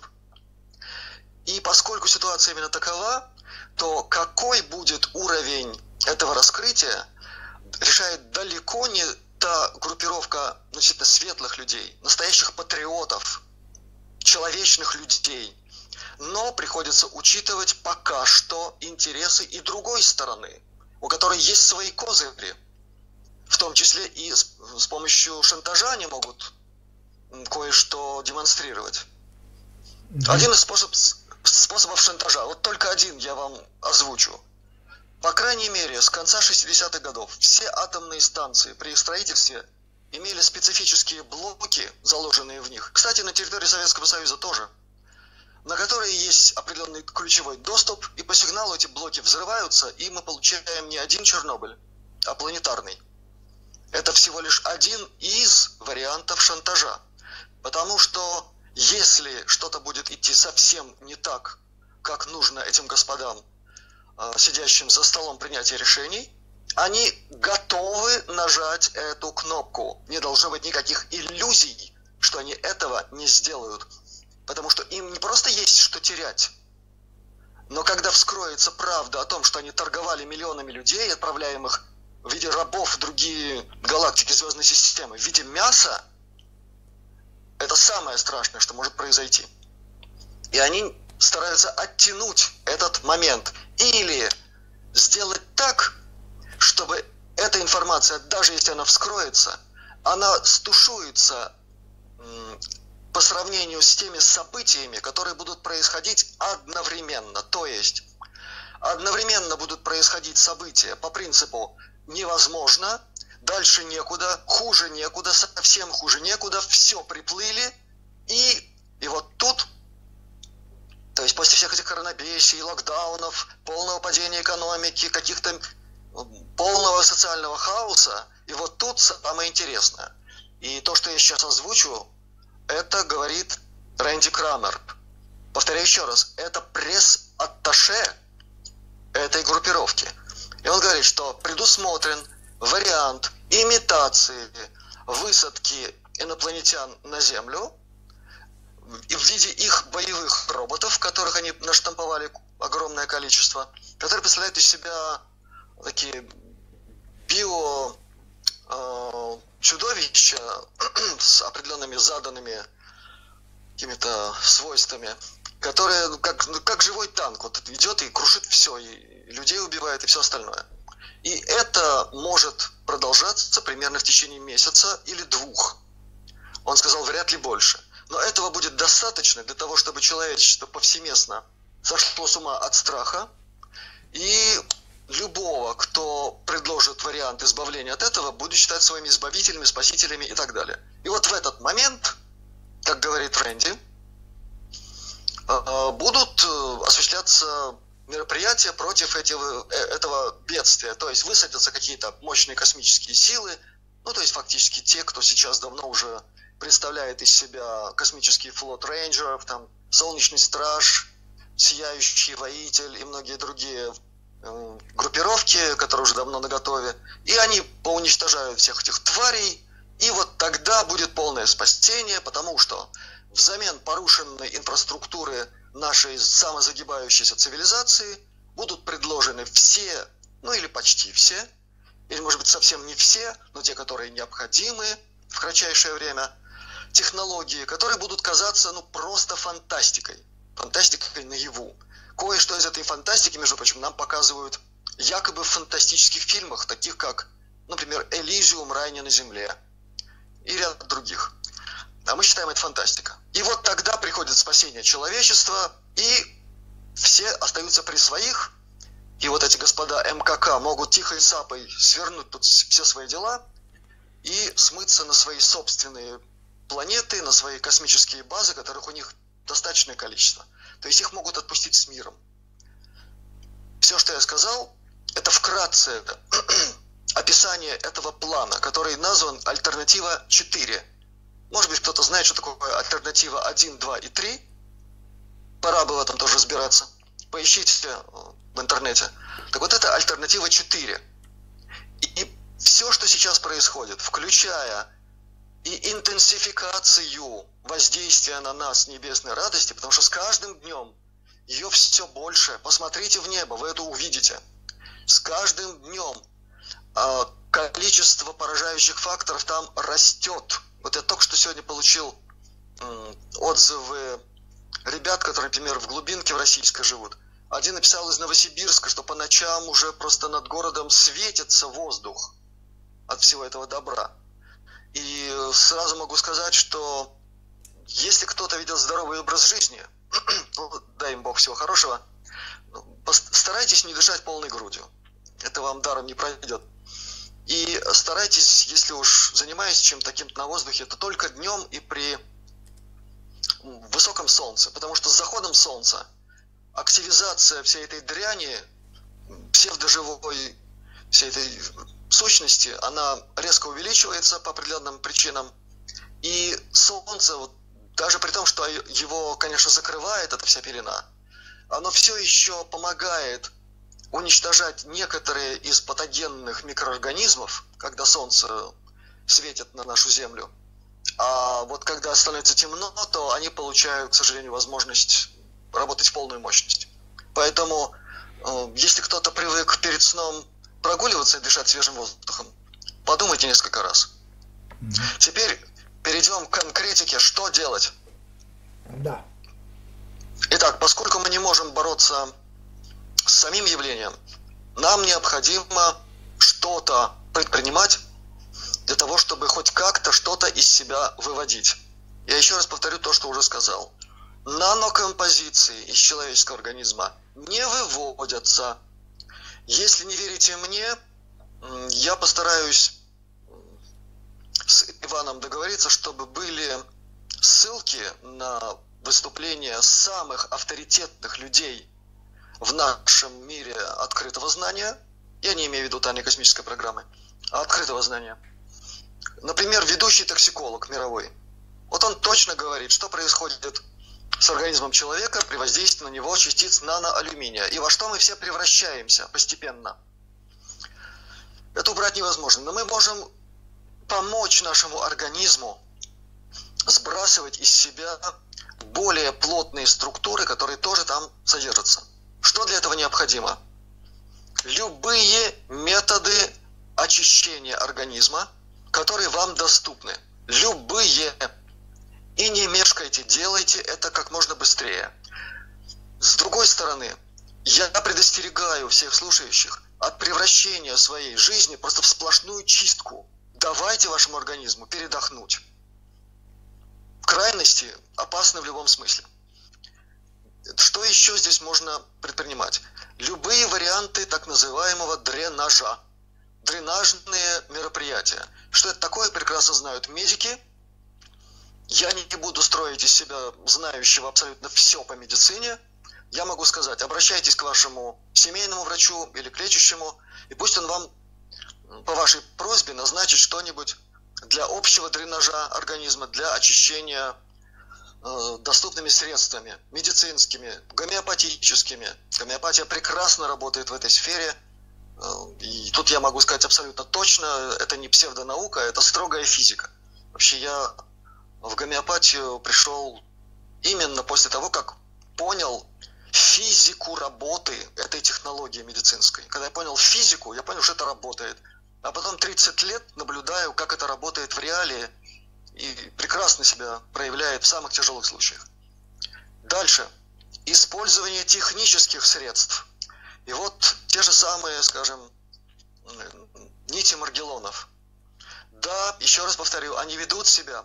[SPEAKER 2] И поскольку ситуация именно такова, то какой будет уровень этого раскрытия, решает далеко не та группировка значительно светлых людей, настоящих патриотов, человечных людей. Но приходится учитывать пока что интересы и другой стороны, у которой есть свои козыри. В том числе и с помощью шантажа они могут кое-что демонстрировать. Один из способов шантажа, вот только один я вам озвучу. По крайней мере, с конца 60-х годов все атомные станции при их строительстве имели специфические блоки, заложенные в них. Кстати, на территории Советского Союза тоже, на которые есть определенный ключевой доступ, и по сигналу эти блоки взрываются, и мы получаем не один Чернобыль, а планетарный. Это всего лишь один из вариантов шантажа. Потому что если что-то будет идти совсем не так, как нужно этим господам, сидящим за столом принятия решений, они готовы нажать эту кнопку. Не должно быть никаких иллюзий, что они этого не сделают. Потому что им не просто есть что терять, но когда вскроется правда о том, что они торговали миллионами людей, отправляемых в виде рабов в другие галактики звездной системы, в виде мяса, это самое страшное, что может произойти. И они стараются оттянуть этот момент. Или сделать так, чтобы эта информация, даже если она вскроется, она стушуется по сравнению с теми событиями, которые будут происходить одновременно. То есть одновременно будут происходить события по принципу невозможно, дальше некуда, хуже некуда, совсем хуже некуда, все приплыли, и вот тут, то есть после всех этих коронабесий, локдаунов, полного падения экономики, каких-то полного социального хаоса, и вот тут самое интересное. И то, что я сейчас озвучу, это говорит Рэнди Крамер. Повторяю еще раз, это пресс-атташе этой группировки. И он говорит, что предусмотрен вариант имитации высадки инопланетян на Землю в виде их боевых роботов, которых они наштамповали огромное количество, которые представляют из себя такие чудовища с определенными заданными какими-то свойствами, которые как живой танк вот идет и крушит все, и людей убивает, и все остальное. И это может продолжаться примерно в течение месяца или двух. Он сказал, вряд ли больше. Но этого будет достаточно для того, чтобы человечество повсеместно сошло с ума от страха, и любого, кто предложит вариант избавления от этого, будет считать своими избавителями, спасителями и так далее. И вот в этот момент, как говорит Рэнди, будут осуществляться мероприятия против этого бедствия. То есть высадятся какие-то мощные космические силы, ну то есть фактически те, кто сейчас давно уже представляет из себя космический флот рейнджеров, там Солнечный страж, Сияющий воитель и многие другие группировки, которые уже давно наготове, и они поуничтожают всех этих тварей, и вот тогда будет полное спасение, потому что взамен порушенной инфраструктуры нашей самозагибающейся цивилизации будут предложены все, ну или почти все, или может быть совсем не все, но те, которые необходимы в кратчайшее время, технологии, которые будут казаться просто фантастикой, фантастикой наяву. Кое-что из этой фантастики, между прочим, нам показывают якобы в фантастических фильмах, таких как, например, «Элизиум. Рай не на земле» и ряд других. А мы считаем это фантастика. И вот тогда приходит спасение человечества, и все остаются при своих. И вот эти господа МКК могут тихой сапой свернуть тут все свои дела и смыться на свои собственные планеты, на свои космические базы, которых у них достаточное количество. То есть их могут отпустить с миром. Все, что я сказал, это вкратце описание этого плана, который назван «Альтернатива 4». Может быть, кто-то знает, что такое альтернатива 1, 2 и 3. Пора бы в этом тоже разбираться. Поищите в интернете. Так вот, это альтернатива 4. И все, что сейчас происходит, включая и интенсификацию воздействия на нас небесной радости, потому что с каждым днем ее все больше. Посмотрите в небо, вы это увидите. С каждым днем количество поражающих факторов там растет. Вот я только что сегодня получил отзывы ребят, которые, например, в глубинке в российской живут. Один написал из Новосибирска, что по ночам уже просто над городом светится воздух от всего этого добра. И сразу могу сказать, что если кто-то ведет здоровый образ жизни, ну, дай им Бог всего хорошего, старайтесь не дышать полной грудью. Это вам даром не пройдет. И старайтесь, если уж занимаетесь чем-то таким на воздухе, то только днем и при высоком солнце. Потому что с заходом солнца активизация всей этой дряни, псевдоживой, всей этой сущности, она резко увеличивается по определенным причинам. И солнце, вот, даже при том, что его, конечно, закрывает эта вся пелена, оно все еще помогает уничтожать некоторые из патогенных микроорганизмов, когда солнце светит на нашу Землю. А вот когда становится темно, то они получают, к сожалению, возможность работать в полную мощность. Поэтому, если кто-то привык перед сном прогуливаться и дышать свежим воздухом, подумайте несколько раз. Теперь перейдем к конкретике, что делать.
[SPEAKER 1] Да.
[SPEAKER 2] Итак, поскольку мы не можем бороться с самим явлением, нам необходимо что-то предпринимать для того, чтобы хоть как-то что-то из себя выводить. Я еще раз повторю то, что уже сказал. Нанокомпозиции из человеческого организма не выводятся. Если не верите мне, я постараюсь с Иваном договориться, чтобы были ссылки на выступления самых авторитетных людей в нашем мире открытого знания. Я не имею в виду тайной космической программы, а открытого знания. Например, ведущий токсиколог мировой. Вот он точно говорит, что происходит с организмом человека при воздействии на него частиц наноалюминия. И во что мы все превращаемся постепенно. Это убрать невозможно. Но мы можем помочь нашему организму сбрасывать из себя более плотные структуры, которые тоже там содержатся. Что для этого необходимо? Любые методы очищения организма, которые вам доступны. Любые. И не мешкайте, делайте это как можно быстрее. С другой стороны, я предостерегаю всех слушающих от превращения своей жизни просто в сплошную чистку. Давайте вашему организму передохнуть. Крайности опасны в любом смысле. Что еще здесь можно предпринимать? Любые варианты так называемого дренажа. Дренажные мероприятия. Что это такое, прекрасно знают медики. Я не буду строить из себя знающего абсолютно все по медицине. Я могу сказать, обращайтесь к вашему семейному врачу или к лечащему, и пусть он вам по вашей просьбе назначит что-нибудь для общего дренажа организма, для очищения доступными средствами, медицинскими, гомеопатическими. Гомеопатия прекрасно работает в этой сфере. И тут я могу сказать абсолютно точно, это не псевдонаука, это строгая физика. Вообще я в гомеопатию пришел именно после того, как понял физику работы этой технологии медицинской. Когда я понял физику, я понял, что это работает. А потом 30 лет наблюдаю, как это работает в реалии, и прекрасно себя проявляет в самых тяжелых случаях. Дальше. Использование технических средств. И вот те же самые, скажем, нити Маргеллонов. Да, еще раз повторю, они ведут себя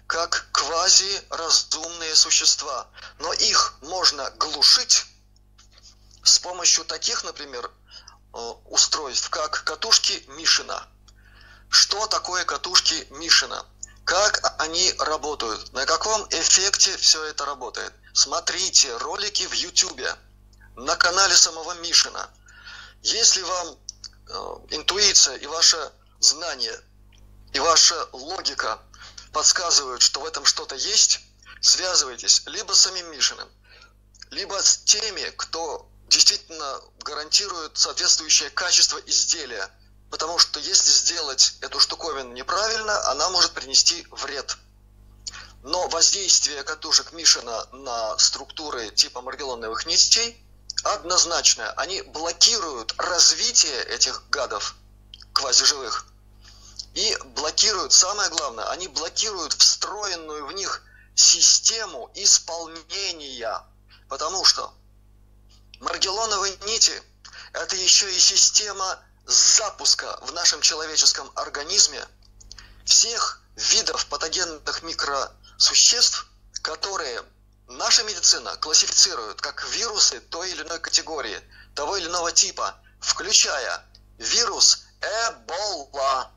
[SPEAKER 2] как квазиразумные существа. Но их можно глушить с помощью таких, например, устройств, как катушки Мишина. Что такое катушки Мишина? Как они работают? На каком эффекте все это работает? Смотрите ролики в YouTube на канале самого Мишина. Если вам интуиция и ваше знание, и ваша логика подсказывают, что в этом что-то есть, связывайтесь либо с самим Мишиным, либо с теми, кто действительно гарантирует соответствующее качество изделия. Потому что если сделать эту штуковину неправильно, она может принести вред. Но воздействие катушек Мишина на структуры типа маргелоновых нитей однозначное. Они блокируют развитие этих гадов квазиживых. И блокируют, самое главное, они блокируют встроенную в них систему исполнения. Потому что маргелоновые нити – это еще и система запуска в нашем человеческом организме всех видов патогенных микросуществ, которые наша медицина классифицирует как вирусы той или иной категории, того или иного типа, включая вирус Эбола.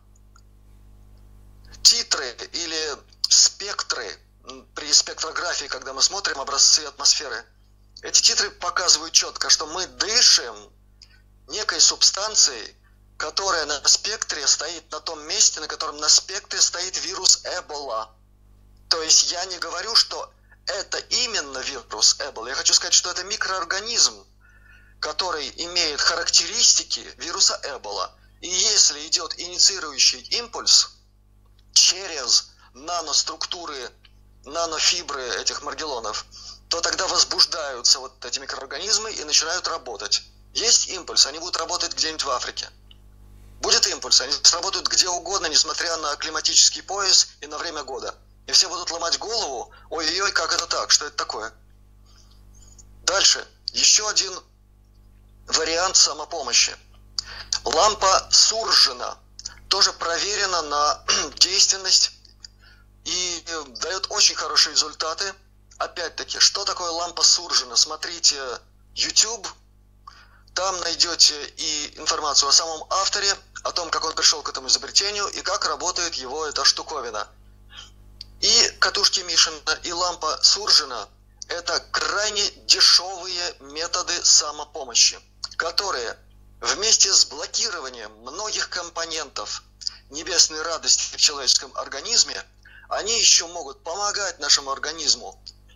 [SPEAKER 2] Титры или спектры при спектрографии, когда мы смотрим образцы атмосферы, эти титры показывают четко, что мы дышим некой субстанцией, которая на спектре стоит на том месте, на котором на спектре стоит вирус Эбола. То есть я не говорю, что это именно вирус Эбола. Я хочу сказать, что это микроорганизм, который имеет характеристики вируса Эбола. И если идет инициирующий импульс через наноструктуры, нанофибры этих маргелонов, то тогда возбуждаются вот эти микроорганизмы и начинают работать. Есть импульс, они будут работать где-нибудь в Африке. Будет импульс, они сработают где угодно, несмотря на климатический пояс и на время года. И все будут ломать голову: ой-ой-ой, как это так, что это такое? Дальше, еще один вариант самопомощи. Лампа Суржина тоже проверена на действенность и дает очень хорошие результаты. Опять-таки, что такое лампа Суржина? Смотрите YouTube, там найдете и информацию о самом авторе, о том, как он пришел к этому изобретению и как работает его эта штуковина. И катушки Мишина, и лампа Суржина – это крайне дешевые методы самопомощи, которые вместе с блокированием многих компонентов небесной радости в человеческом организме, они еще могут помогать нашему организму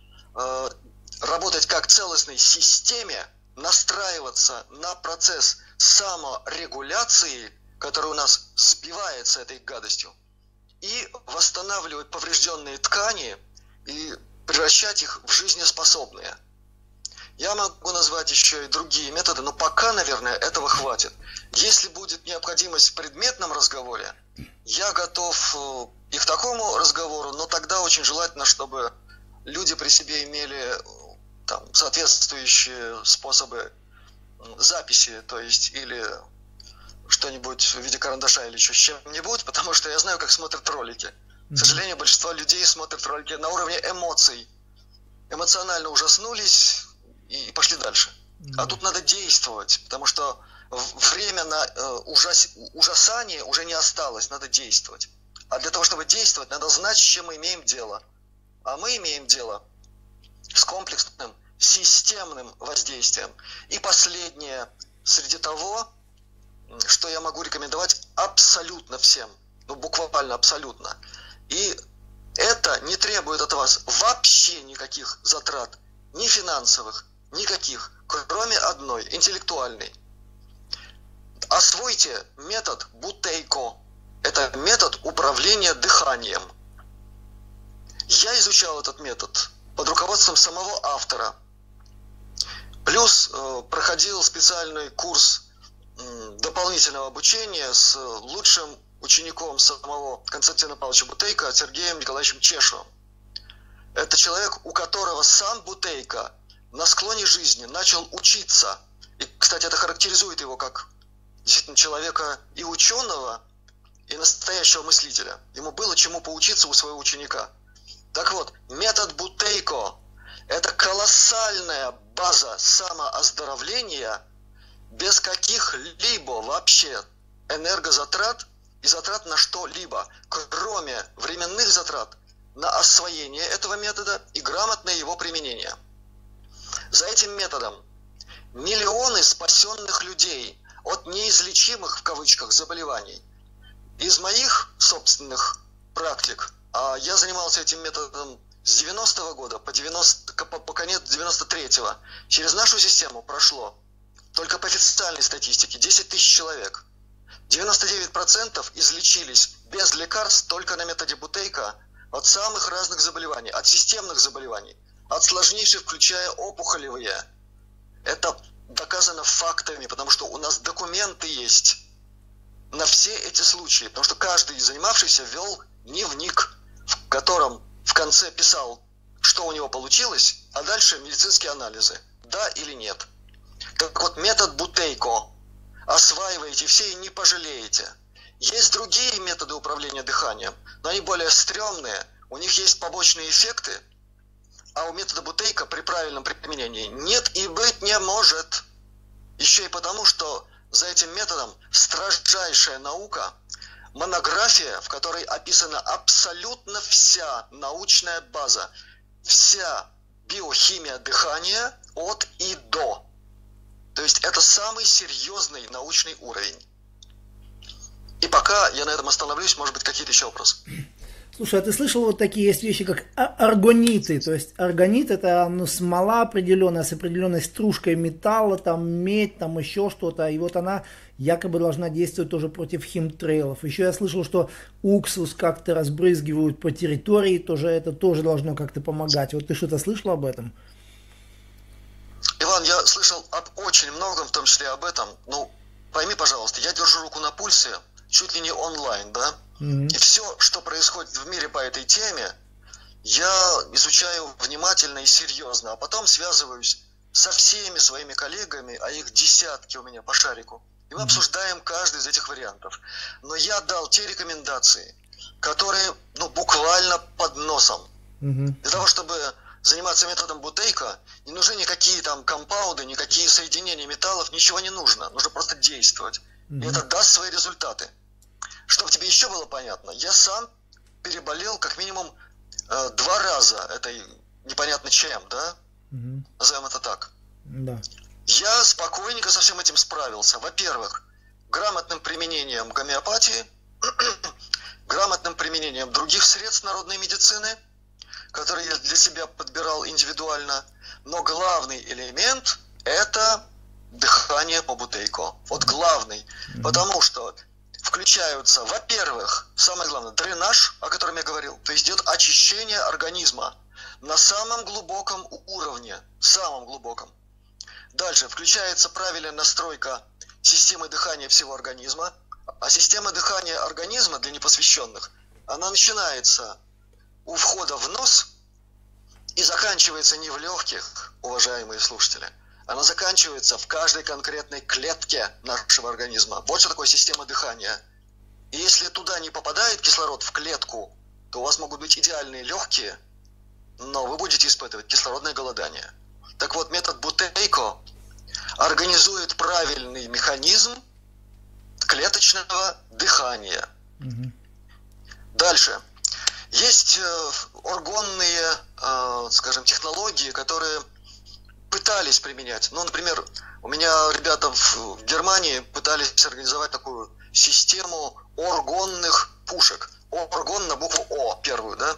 [SPEAKER 2] работать как целостной системе, настраиваться на процесс саморегуляции, который у нас сбивается этой гадостью, и восстанавливать поврежденные ткани и превращать их в жизнеспособные. Я могу назвать еще и другие методы, но пока, наверное, этого хватит. Если будет необходимость в предметном разговоре, я готов и к такому разговору, но тогда очень желательно, чтобы люди при себе имели там соответствующие способы записи, то есть или что-нибудь в виде карандаша или еще с чем-нибудь, потому что я знаю, как смотрят ролики. К сожалению, большинство людей смотрят ролики на уровне эмоций. Эмоционально ужаснулись и пошли дальше. А тут надо действовать, потому что время на ужасание уже не осталось, надо действовать. А для того, чтобы действовать, надо знать, с чем мы имеем дело. А мы имеем дело с комплексным, системным воздействием. И последнее среди того, что я могу рекомендовать абсолютно всем, ну буквально абсолютно. И это не требует от вас вообще никаких затрат, ни финансовых, никаких, кроме одной, интеллектуальной. Освойте метод Бутейко. Это метод управления дыханием. Я изучал этот метод под руководством самого автора. Плюс проходил специальный курс дополнительного обучения с лучшим учеником самого Константина Павловича Бутейко, Сергеем Николаевичем Чешевым. Это человек, у которого сам Бутейко на склоне жизни начал учиться. И, кстати, это характеризует его как действительно человека и ученого, и настоящего мыслителя. Ему было чему поучиться у своего ученика. Так вот, метод Бутейко – это колоссальная база самооздоровления без каких-либо вообще энергозатрат и затрат на что-либо, кроме временных затрат на освоение этого метода и грамотное его применение. За этим методом миллионы спасенных людей от неизлечимых в кавычках заболеваний. Из моих собственных практик, а я занимался этим методом с 90-го года по конец 93-го, через нашу систему прошло только по официальной статистике 10 тысяч человек. 99% излечились без лекарств только на методе Бутейко от самых разных заболеваний, от системных заболеваний, от сложнейших, включая опухолевые. Это доказано фактами, потому что у нас документы есть на все эти случаи, потому что каждый занимавшийся вел дневник, в котором в конце писал, что у него получилось, а дальше медицинские анализы, да или нет. Так вот, метод Бутейко осваиваете все и не пожалеете. Есть другие методы управления дыханием, но они более стрёмные, у них есть побочные эффекты, а у метода Бутейко при правильном применении нет и быть не может. Еще и потому, что за этим методом строжайшая наука, монография, в которой описана абсолютно вся научная база, вся биохимия дыхания от и до. То есть это самый серьезный научный уровень. И пока я на этом остановлюсь, может быть, какие-то еще вопросы.
[SPEAKER 1] Слушай, а ты слышал вот такие есть вещи, как аргониты? То есть аргонит это смола определенная, с определенной стружкой металла, там медь, там еще что-то. И вот она якобы должна действовать тоже против химтрейлов. Еще я слышал, что уксус как-то разбрызгивают по территории, тоже это тоже должно как-то помогать. Вот ты что-то слышал об этом?
[SPEAKER 2] Иван, я слышал об очень многом, в том числе об этом. Ну, пойми, пожалуйста, я держу руку на пульсе, чуть ли не онлайн, да? И все, что происходит в мире по этой теме, я изучаю внимательно и серьезно, а потом связываюсь со всеми своими коллегами, а их десятки у меня по шарику, и мы обсуждаем каждый из этих вариантов. Но я дал те рекомендации, которые, ну, буквально под носом. Для того, чтобы заниматься методом Бутейко, не нужны никакие там компаунды, никакие соединения металлов, ничего не нужно. Нужно просто действовать. И это даст свои результаты. Чтобы тебе еще было понятно, я сам переболел как минимум 2 раза этой непонятно чем, да? Назовем это так.
[SPEAKER 1] Да.
[SPEAKER 2] Я спокойненько со всем этим справился. Во-первых, грамотным применением гомеопатии, грамотным применением других средств народной медицины, которые я для себя подбирал индивидуально. Но главный элемент – это дыхание по Бутейко. Вот главный. Потому что включаются, во-первых, самое главное, дренаж, о котором я говорил. То есть идет очищение организма на самом глубоком уровне. Самом глубоком. Дальше включается правильная настройка системы дыхания всего организма. А система дыхания организма для непосвященных, она начинается у входа в нос и заканчивается не в легких, уважаемые слушатели. Она заканчивается в каждой конкретной клетке нашего организма. Вот что такое система дыхания. И если туда не попадает кислород в клетку, то у вас могут быть идеальные легкие, но вы будете испытывать кислородное голодание. Так вот, метод Бутейко организует правильный механизм клеточного дыхания. Дальше. Есть органные, скажем, технологии, которые пытались применять. Ну, например, у меня ребята в Германии пытались организовать такую систему органных пушек. Орган на букву О, первую, да?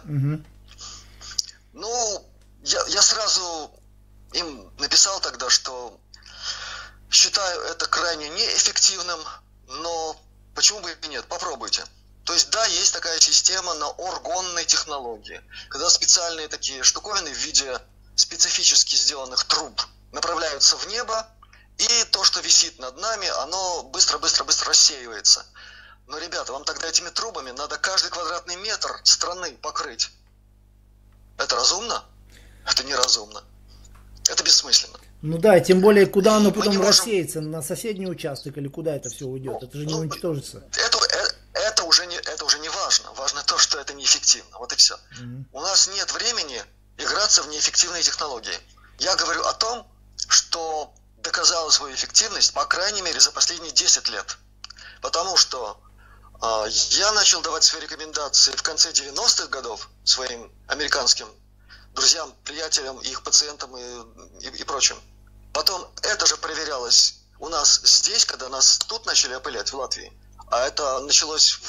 [SPEAKER 2] Ну, я сразу им написал тогда, что считаю это крайне неэффективным, но почему бы и нет? Попробуйте. То есть, да, есть такая система на органной технологии, когда специальные такие штуковины в виде специфически сделанных труб направляются в небо, и то, что висит над нами, оно быстро-быстро-быстро рассеивается. Но, ребята, вам тогда этими трубами надо каждый квадратный метр страны покрыть. Это разумно? Это неразумно. Это бессмысленно.
[SPEAKER 1] Ну да, тем более, куда оно потом рассеется, на соседний участок или куда это все уйдет, это же не уничтожится.
[SPEAKER 2] Это уже не важно. Важно то, что это неэффективно. Вот и все. У нас нет времени играться в неэффективные технологии. Я говорю о том, что доказало свою эффективность, по крайней мере, за последние 10 лет. Потому что я начал давать свои рекомендации в конце 90-х годов своим американским друзьям, приятелям, их пациентам и прочим. Потом это же проверялось у нас здесь, когда нас тут начали опылять, в Латвии. А это началось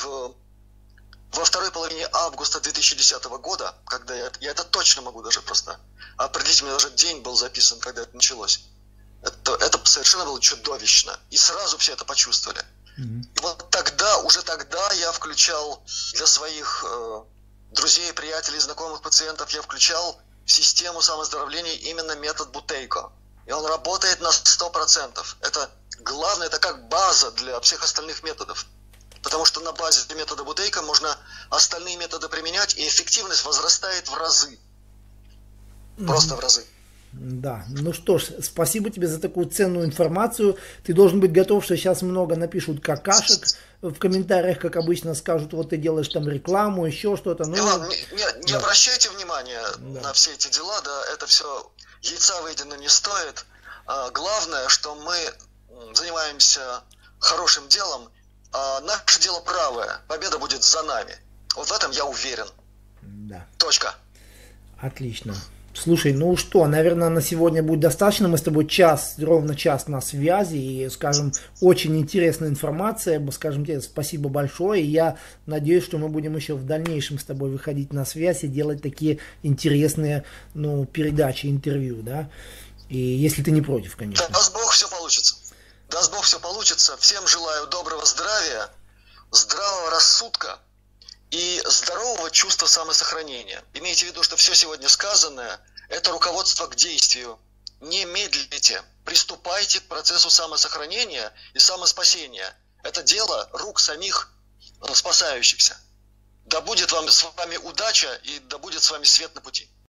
[SPEAKER 2] во второй половине августа 2010 года, когда я это точно могу даже просто определить, у меня даже день был записан, когда это началось. Это совершенно было чудовищно. И сразу все это почувствовали. И вот уже тогда я включал для своих друзей, приятелей, знакомых пациентов, я включал в систему самооздоровления именно метод Бутейко. И он работает на 100%. Это главное, это как база для всех остальных методов. Потому что на базе метода Бутейко можно остальные методы применять, и эффективность возрастает в разы. Просто в разы.
[SPEAKER 1] Да, ну что ж, спасибо тебе за такую ценную информацию. Ты должен быть готов, что сейчас много напишут какашек в комментариях, как обычно скажут, вот ты делаешь там рекламу, еще что-то. Ну,
[SPEAKER 2] Иван, не обращайте внимания на все эти дела, да, это все яйца выедено не стоит. Главное, что мы занимаемся хорошим делом, а наше дело правое, победа будет за нами. Вот в этом я уверен.
[SPEAKER 1] Да.
[SPEAKER 2] Точка.
[SPEAKER 1] Отлично. Слушай, ну что, наверное, на сегодня будет достаточно. Мы с тобой ровно час на связи. И, скажем, очень интересная информация. Скажем тебе спасибо большое. И я надеюсь, что мы будем еще в дальнейшем с тобой выходить на связь и делать такие интересные, передачи, интервью, да. И если ты не против, конечно.
[SPEAKER 2] Даст Бог, все получится. Даст Бог, все получится. Всем желаю доброго здравия, здравого рассудка и здорового чувства самосохранения. Имейте в виду, что все сегодня сказанное – это руководство к действию. Не медлите, приступайте к процессу самосохранения и самоспасения. Это дело рук самих спасающихся. Да будет с вами удача и да будет с вами свет на пути.